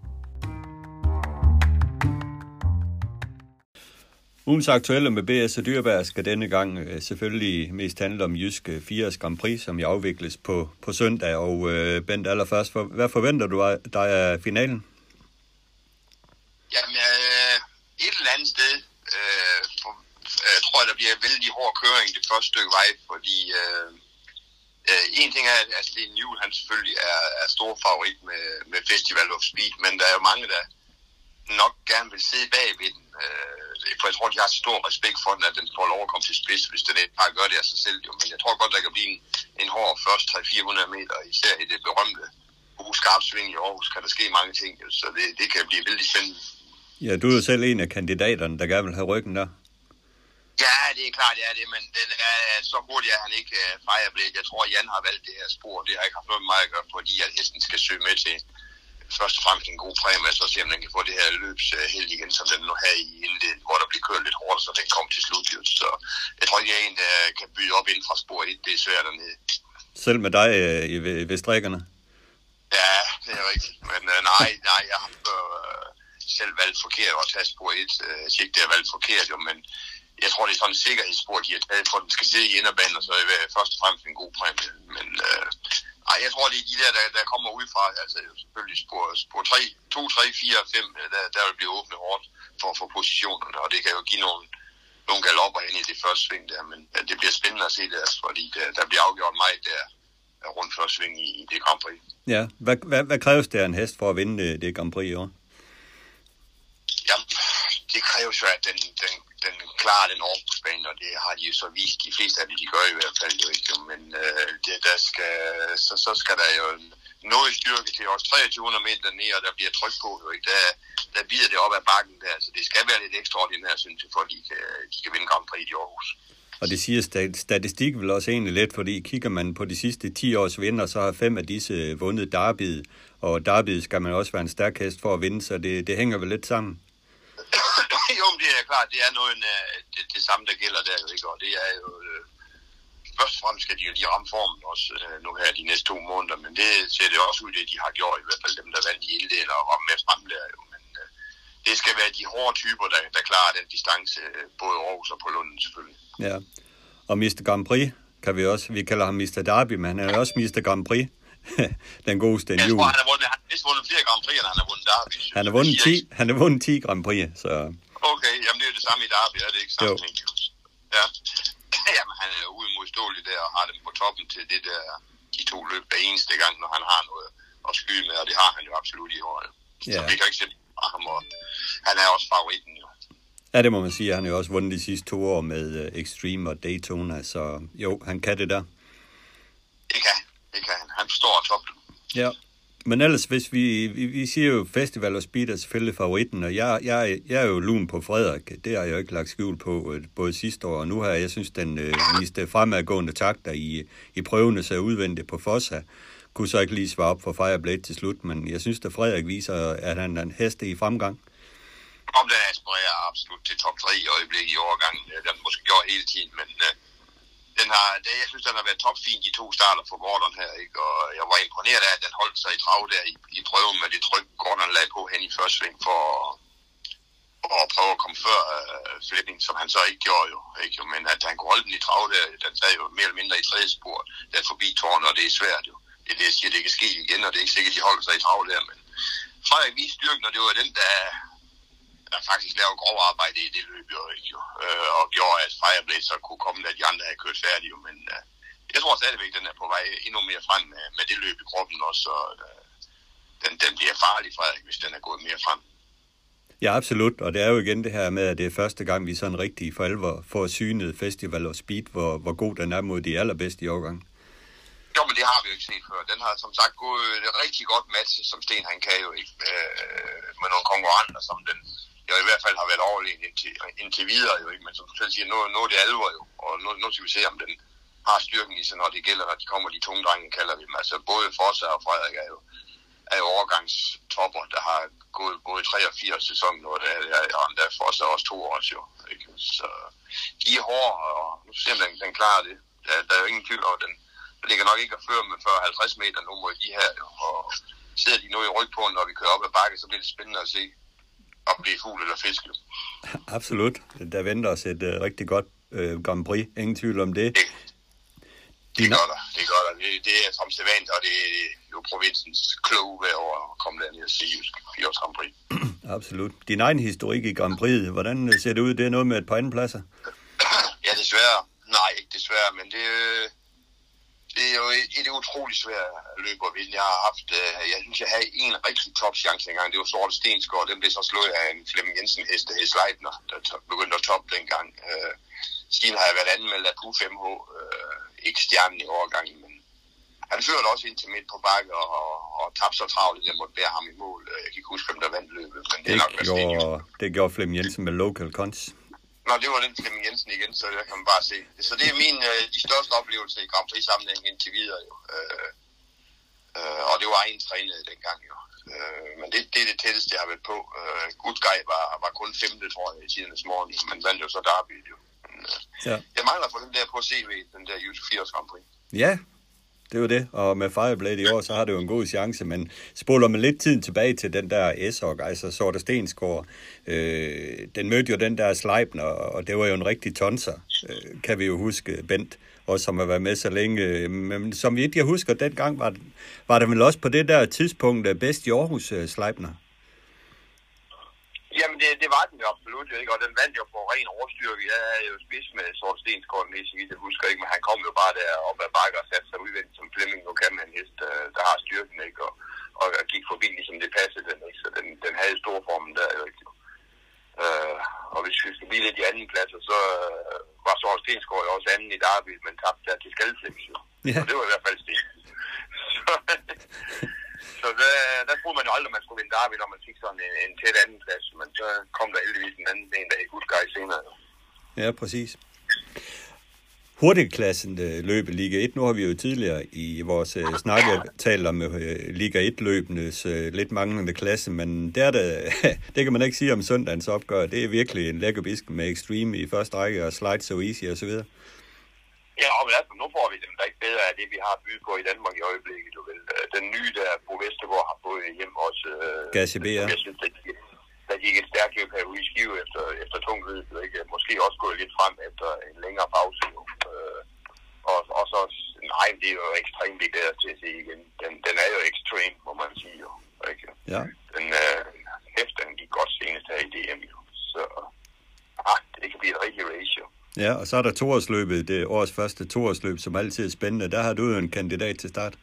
Ugens aktuelle med B S og Dyrebær skal denne gang øh, selvfølgelig mest handle om Jysk firs Grand Prix, som i afvikles på, på søndag. Og øh, Bent, allerførst, for, hvad forventer du dig af finalen?
Jamen, øh, et eller andet sted øh, for, øh, tror jeg, der bliver vældig hård køring det første stykke vej, fordi... Øh, Uh, en ting er, at Sten Juhl, han selvfølgelig er, er stor favorit med, med Festival of Speed, men der er jo mange, der nok gerne vil sidde bag ved den. Uh, for jeg tror, de har stor respekt for den, at den får lov at komme til spids, hvis den ikke bare gør det af sig selv. Jo. Men jeg tror godt, der kan blive en, en hård første tre til fire hundrede meter, især i det berømte skarpsving i Aarhus, kan der ske mange ting, jo. Så det, det kan blive vældig spændende.
Ja, du er jo selv en af kandidaterne, der gerne vil have ryggen der.
Ja, det er klart, det er det, men den er, så hurtigt er han ikke uh, fejreblik. Jeg tror, Jan har valgt det her spor. Det har ikke haft noget med mig at gøre, fordi at hesten skal søge med til først og fremmest en god præmie, så se om den kan få det her løbs uh, held igen, som den nu har i indledningen, hvor der bliver kørt lidt hårdt, så den kommer til slut. Så jeg tror ikke, jeg er en, der kan byde op inden fra spor et. Det er svært dernede.
Selv med dig uh, i, ved, ved strikkerne?
Ja, det er rigtigt. Men uh, nej, nej, jeg har uh, selv valgt forkert at tage spor et. Uh, jeg siger ikke, det er valgt forkert, jo, men jeg tror, det er sådan en sikkerhedsspor, de har taget for, at den skal sidde i inderbanen, og så er det først og fremmest en god præmie. Men øh, ej, jeg tror, det er de der, der, der kommer udefra. Altså selvfølgelig spor, spor tre, to, tre, fire og fem, der, der vil blive åbnet hårdt for at få positionerne, og det kan jo give nogle, nogle galopper ind i det første sving der. Men det bliver spændende at se det, altså, fordi der, der bliver afgjort meget der rundt første sving i, i det Grand Prix.
Ja, hvad, hvad, hvad kræves det af en hest for at vinde det, det Grand Prix i år?
Jamen, det kræves jo, at den, den den klarer den Aarhusbane, og det har de jo så vist, de fleste af det, de gør i hvert fald jo ikke. Men øh, det, der skal, så, så skal der jo noget styrke til også treogtyve hundrede meter ned, og der bliver tryk på jo ikke. Der, der bider det op ad bakken der, så det skal være lidt ekstraordinært, synes jeg, for at de kan, de kan vinde Grand Prix i Aarhus. Og
det siger statistik vel også egentlig lidt, fordi kigger man på de sidste ti års vinder, så har fem af disse vundet derbyet, og derbyet skal man også være en stærk hest for at vinde, så det, det hænger vel lidt sammen.
Jo, men det er klart, det er noget det, det samme, der gælder der jo ikke, og det er jo øh, først og fremmest skal de jo lige ramme formen også øh, nu her de næste to måneder, men det ser det også ud, det de har gjort, i hvert fald dem, der vandt i Ilde eller ramme med frem der jo, men øh, det skal være de hårde typer, der, der klarer den distance, øh, både Aarhus og på Lunden selvfølgelig.
Ja, og mister Grand Prix kan vi også, vi kalder ham mister Derby, men han er også mister Grand Prix. Den gode Sten Juhl.
Jeg tror, han har vundet, han har vundet flere Grand Prix, end han har vundet Derby.
Han har vundet ti, han har vundet ti Grand Prix, så...
Okay, jamen det er jo det samme i Derby, er det ikke samme ting? Ja. Jamen han er jo uimodståelig der, og har dem på toppen til det der, de to løb hver eneste gang, når han har noget at skyde med, og det har han jo absolut i år. Så ja. Vi kan ikke se ham, og han er også favoritten jo.
Ja, det må man sige. Han har jo også vundet de sidste to år med uh, Extreme og Daytona, så jo, han kan det der.
Det kan Det kan han. Han står top.
Ja, men ellers, hvis vi, vi, vi siger jo, Festival og Speed er selvfølgelig favoritten, og jeg, jeg, jeg er jo lun på Frederik. Det har jeg jo ikke lagt skjul på, både sidste år og nu her. Jeg synes, den øh, viste fremadgående takter i, i prøvene, så udvendigt på Fossa. Kunne så ikke lige svare op for Fireblade til slut, men jeg synes, at Frederik viser, at han er en heste i fremgang.
Om den aspirerer absolut til top tre i øjeblikket i overgangen. Det har den måske gjort hele tiden, men... Øh... Den har, det, jeg synes, den har været topfin, de to starter for Gordon her, ikke? Og jeg var imponeret af, at den holdt sig i trav der i, i prøven med det tryk, Gordon lagde på hen i første sving for, for at prøve at komme før uh, Fleming, som han så ikke gjorde jo, ikke? Men at han kunne holde den i trav der, den sad jo mere eller mindre i tredje spor, der forbi tårnet, og det er svært jo. Det er det, jeg siger, det kan ske igen, og det er ikke sikkert, at de holder sig i trav der, men Frederik viste styrken, og det var den, der... der faktisk lavede grov arbejde i det løb, jo, ikke, jo, øh, og gjorde, at Fireblade så kunne komme, da de andre havde kørt færdigt. Men øh, jeg tror stadigvæk, den er på vej endnu mere frem med, med det løb i kroppen også, og øh, den, den bliver farlig, Frederik, hvis den er gået mere frem.
Ja, absolut, og det er jo igen det her med, at det er første gang, vi sådan rigtig for alvor får synet Festival og Speed, hvor, hvor god den er mod de allerbedste i årgangen.
Jo, men det har vi jo ikke set før. Den har som sagt gået et rigtig godt match, som Sten han kan jo ikke, øh, med nogle konkurrenter, som den... jeg i hvert fald har været overlegen indtil, indtil videre jo ikke, men som du selv siger, nu, nu er det alvor jo, og nu, nu skal vi se, om den har styrken i sig, når det gælder, når de kommer, de tunge drenge, kalder vi dem. Altså både Fossa og Frederik er jo, er jo overgangstopper, der har gået både tre og fire sæsoner, og der er endda Fossa også to år jo, ikke? Så de er hårde, og nu ser den, den klarer det. Der, der er jo ingen tvivl over den. Den ligger nok ikke at føre med fyrre til halvtreds meter nu mod de her jo, og sidder de nu i ryg på, når vi kører op ad bakke, så bliver det spændende at se, at blive fugl eller fisk.
Absolut. Der venter os et uh, rigtig godt uh, Grand Prix. Ingen tvivl om det.
Det, det gør der. Det gør der. Det, det er som sædvanligt, og det er jo provinsens kloge hver år at komme derned og se fire års Grand Prix.
Absolut. Din egen historik i Grand Prix, hvordan ser det ud? Det er noget med et par andenpladser?
Ja, desværre. Nej, ikke desværre, men det Det er jo et, et utroligt svært løb at vinde. Jeg har haft, øh, jeg synes, jeg havde en rigtig top chance engang. Det var Sorte Stensgaard. Den blev så slået af en Flemming Jensen hest, der hed Sleipner, der begyndte at toppe dengang. Øh, siden har jeg været anmeldt af Q fem H. Øh, ikke stjernen i overgangen, men han førte også ind til midt på bakke og, og, og tabte så travlt, at jeg måtte bære ham i mål. Jeg kan ikke huske, hvem der vandt løbet, men det, det, nok
gjorde, det gjorde Flemming Jensen med Local Cons.
Nå, det var den Flemming Jensen igen, så der kan man bare se. Så det er min, øh, de største oplevelser i Grand Prix-sammenhæng indtil videre, jo. Øh, øh, og det var egen trænet dengang, jo. Øh, men det, det er det tætteste, jeg har været på. Øh, Gudgej var, var kun femte, tror jeg, i tidernes morgen, men vandt jo så Derby, jo. Men, øh, ja. Jeg mangler for den der på C V, den der U fire Grand Prix.
Ja, det var det. Og med Fireblade i år, så har det jo en god chance, men spoler man lidt tiden tilbage til den der S-hog, altså Sorte Stensgaard, øh, den mødte jo den der Sleipner, og det var jo en rigtig tonser, øh, kan vi jo huske, Bent, også som har været med så længe. Men som vi ikke husker, dengang var det, var det vel også på det der tidspunkt bedst i Aarhus, Sleipner?
Jamen, det, det var den jo absolut, ikke? Og den vandt jo på ren overstyrke. Jeg er jo spids med Sorte Stensgaard, så vidt jeg husker ikke, men han kom jo bare der op ad bakke og satte sig udvendt som Flemming. Nu kan man en hest, der har styrken, ikke? Og, og gik forbi, ligesom det passede den, ikke? Så den, den havde storformen der, jo ikke? Uh, og hvis vi skal ville de anden plads, og så øh, var Søren Stensgaard også anden i Derby, men tabte der til Skalflex. Ja. Og det var i hvert fald Sten. så så der, der troede man jo aldrig, man skulle vinde Derby, når man fik sådan en, en tæt anden plads, men så kom der heldigvis en anden en, der i Gudskaj senere.
Ja, præcis. Hurtigklassen løb i Liga et. Nu har vi jo tidligere i vores uh, snakke talt om uh, Liga et-løbenes uh, lidt manglende klasse, men der er det, det kan man ikke sige om søndagens opgør. Det er virkelig en lækker bisk med Extreme i første række og Slide So Easy og så videre.
Ja, og altså, nu får vi dem der ikke bedre af det, vi har bydet på i Danmark i øjeblikket. Du vil. Den nye, der på Vestergaard har fået hjem også. Uh,
Gassi B R.
Der gik et stærkt løb herude i Skive efter, efter tungt løb, ikke? Måske også gået lidt frem efter en længere pause. Øh, og, og så, nej, det er jo ekstremt bedre til at se igen. Den, den er jo ekstrem, må man sige jo. Ikke?
Ja.
Den, øh, efter den gik godt senest her i D M jo. Så ah, det kan blive et rigtig race jo.
Ja, og så er der toårsløbet, det årets første toårsløb, som altid er spændende. Der har du jo en kandidat til start.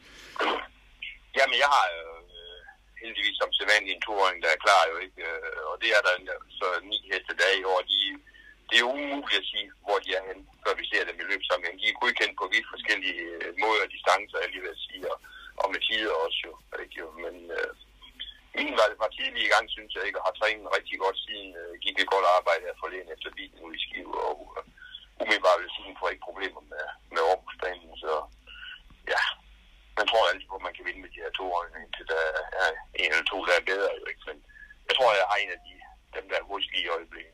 Jamen, jeg har jo heldigvis som sædvanlig en toåring, der er klar jo ikke, og det er der så ni heste dage i år. De, det er umuligt at sige, hvor de er henne, før vi ser dem i løbssammenhæng. De er godkendt på vidt forskellige måder og distancer, jeg lige vil sige, og, og med tider også jo. Ikke jo. Men øh, min var, var tidlig i gang, synes jeg ikke, og har trænet rigtig godt siden, øh, gik et godt arbejde her forleden efter bilen ude i Skive, og øh, umiddelbart vil sige, at får ikke problemer med, med Aarhus-banen, så ja. Man tror altid på, at man kan vinde med de her to år, indtil der er en eller to, der er bedre jo ikke. Men jeg tror, jeg har en af de, dem, der er hurtigt i øjeblikket.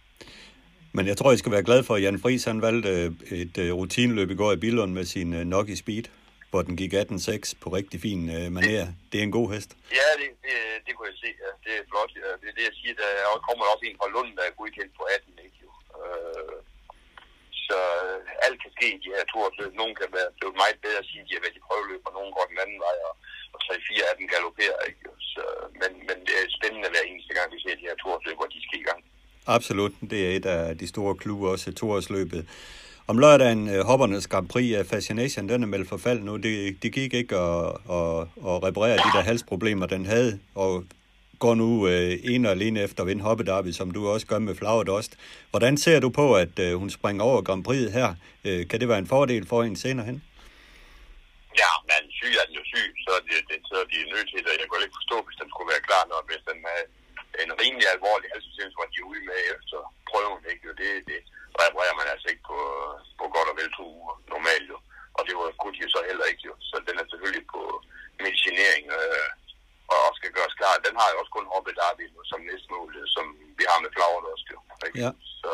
Men jeg tror, jeg skal være glad for, at Jan Friis, han valgte et rutineløb i går i Billund med sin Noki Speed, hvor den gik atten seks på rigtig fin manér. Det er en god hest.
Ja, det, det, det kunne jeg se. Ja. Det er flot. Ja. Det er det, jeg siger. Der kommer også en fra Lund, der er godkendt på atten, ikke jo. Øh, Så alt kan ske i de her toårsløb. Nogle kan være blevet meget bedre at sige, at de har været i prøveløb, og nogle går den anden vej, og, og tre fire af dem galopperer. Ikke? Så, men, men det er spændende hver eneste gang, vi ser de her toårsløb, hvor de skal i gang.
Absolut. Det er et af de store klubber også, toårsløbet. Om lørdagen, uh, Hoppernes Grand Prix af Fascination, den er meldt for fald nu. Det, de gik ikke at, at, at reparere de der halsproblemer, den havde, og går nu øh, en og alene efter at vinde Hoppe-Derby, som du også gør med Flauerdost. Hvordan ser du på, at øh, hun springer over Grand Prix her? Øh, kan det være en fordel for hende senere hen?
Ja, men syg er den jo syg, så det, det, så de er nødt til det. Jeg kunne ikke forstå, hvis den skulle være klar, når hvis den er en rimelig alvorlig halsbetændelse, hvor de er ude med efter prøven. Ikke? Det, det reparerer man altså ikke på, på godt og vel to uger normalt. Jo. Og det var kunne de jo så heller ikke. Jo. Så den er selvfølgelig på medicinering, øh, og også skal gøres klar. Den har jo også kun Hoppe Derby som næste mål, som vi har med Flauerdost.
Ja.
Så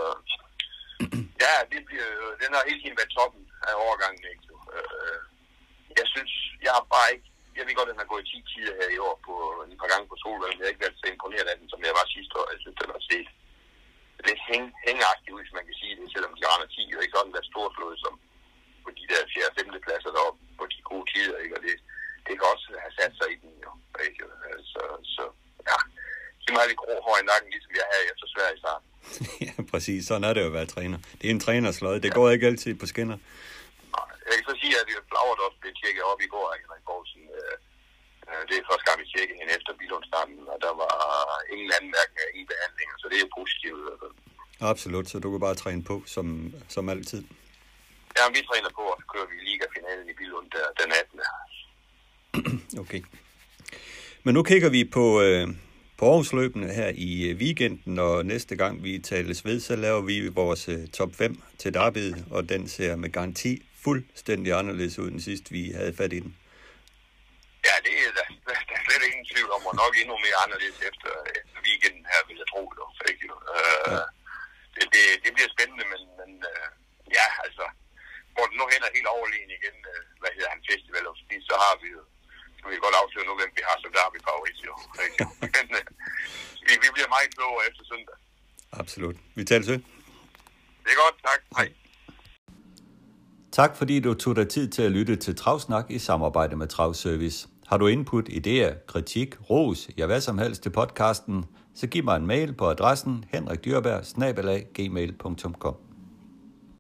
ja, det bliver, den har hele tiden været toppen af overgangen. Ikke? Øh, jeg synes, jeg har bare ikke, jeg ved godt, at den har gået ti tider her i år på en par gange på Solvang. Jeg har ikke været så imponeret af den, som jeg var sidste år. Jeg synes, den har set lidt hæng, hængeagtigt ud, hvis man kan sige det, selvom de render ti, og ikke sådan været storslået som på de der fjerde og femte pladser deroppe på de gode tider. Ikke? Og det, det kan også have sat sig i den, jo. Ikke? Så, så ja, de må have lidt grå hår i nakken, ligesom jeg havde efter Sverige i starten.
Ja, præcis. Sådan er det jo at være træner. Det er en trænerslød. Det går ikke altid på skinner.
Jeg kan så sige, at Flauerdost blev tjekket op i går af Henrik Poulsen. Det er første gang, vi tjekkede hende efter Billundstarten, og der var ingen anmærkninger, ingen behandlinger, så det er positivt.
Absolut, så du kan bare træne på, som, som altid.
Ja, vi træner på, og så kører vi Liga-finalen i Billund der, den attende
Okay. Men nu kigger vi på, øh, på Aarhusløbene her i weekenden, og næste gang vi tales ved, så laver vi vores øh, top fem til Derbyet, og den ser med garanti fuldstændig anderledes ud, den sidste vi havde fat i den.
Ja, det er der, der er slet ingen tvivl om, og nok endnu mere anderledes efter, efter weekenden her, vil jeg tro. Det, ikke? Uh, ja. det, det, det bliver spændende, men, men uh, ja, altså, hvor den nu hænder helt overlegen igen, uh, hvad hedder han, Festival of Speed, så har vi jo, så vi godt afsløre nu, hvem vi har som Derby favorit, jo. Men uh, vi, vi bliver meget klogere efter søndag.
Absolut. Vi tales ved.
Det er godt, tak. Hej.
Tak fordi du tog dig tid til at lytte til Travsnak i samarbejde med Travservice. Har du input, idéer, kritik, ros, ja hvad som helst til podcasten, så giv mig en mail på adressen henrik dyrberg snabel-a gmail punktum com.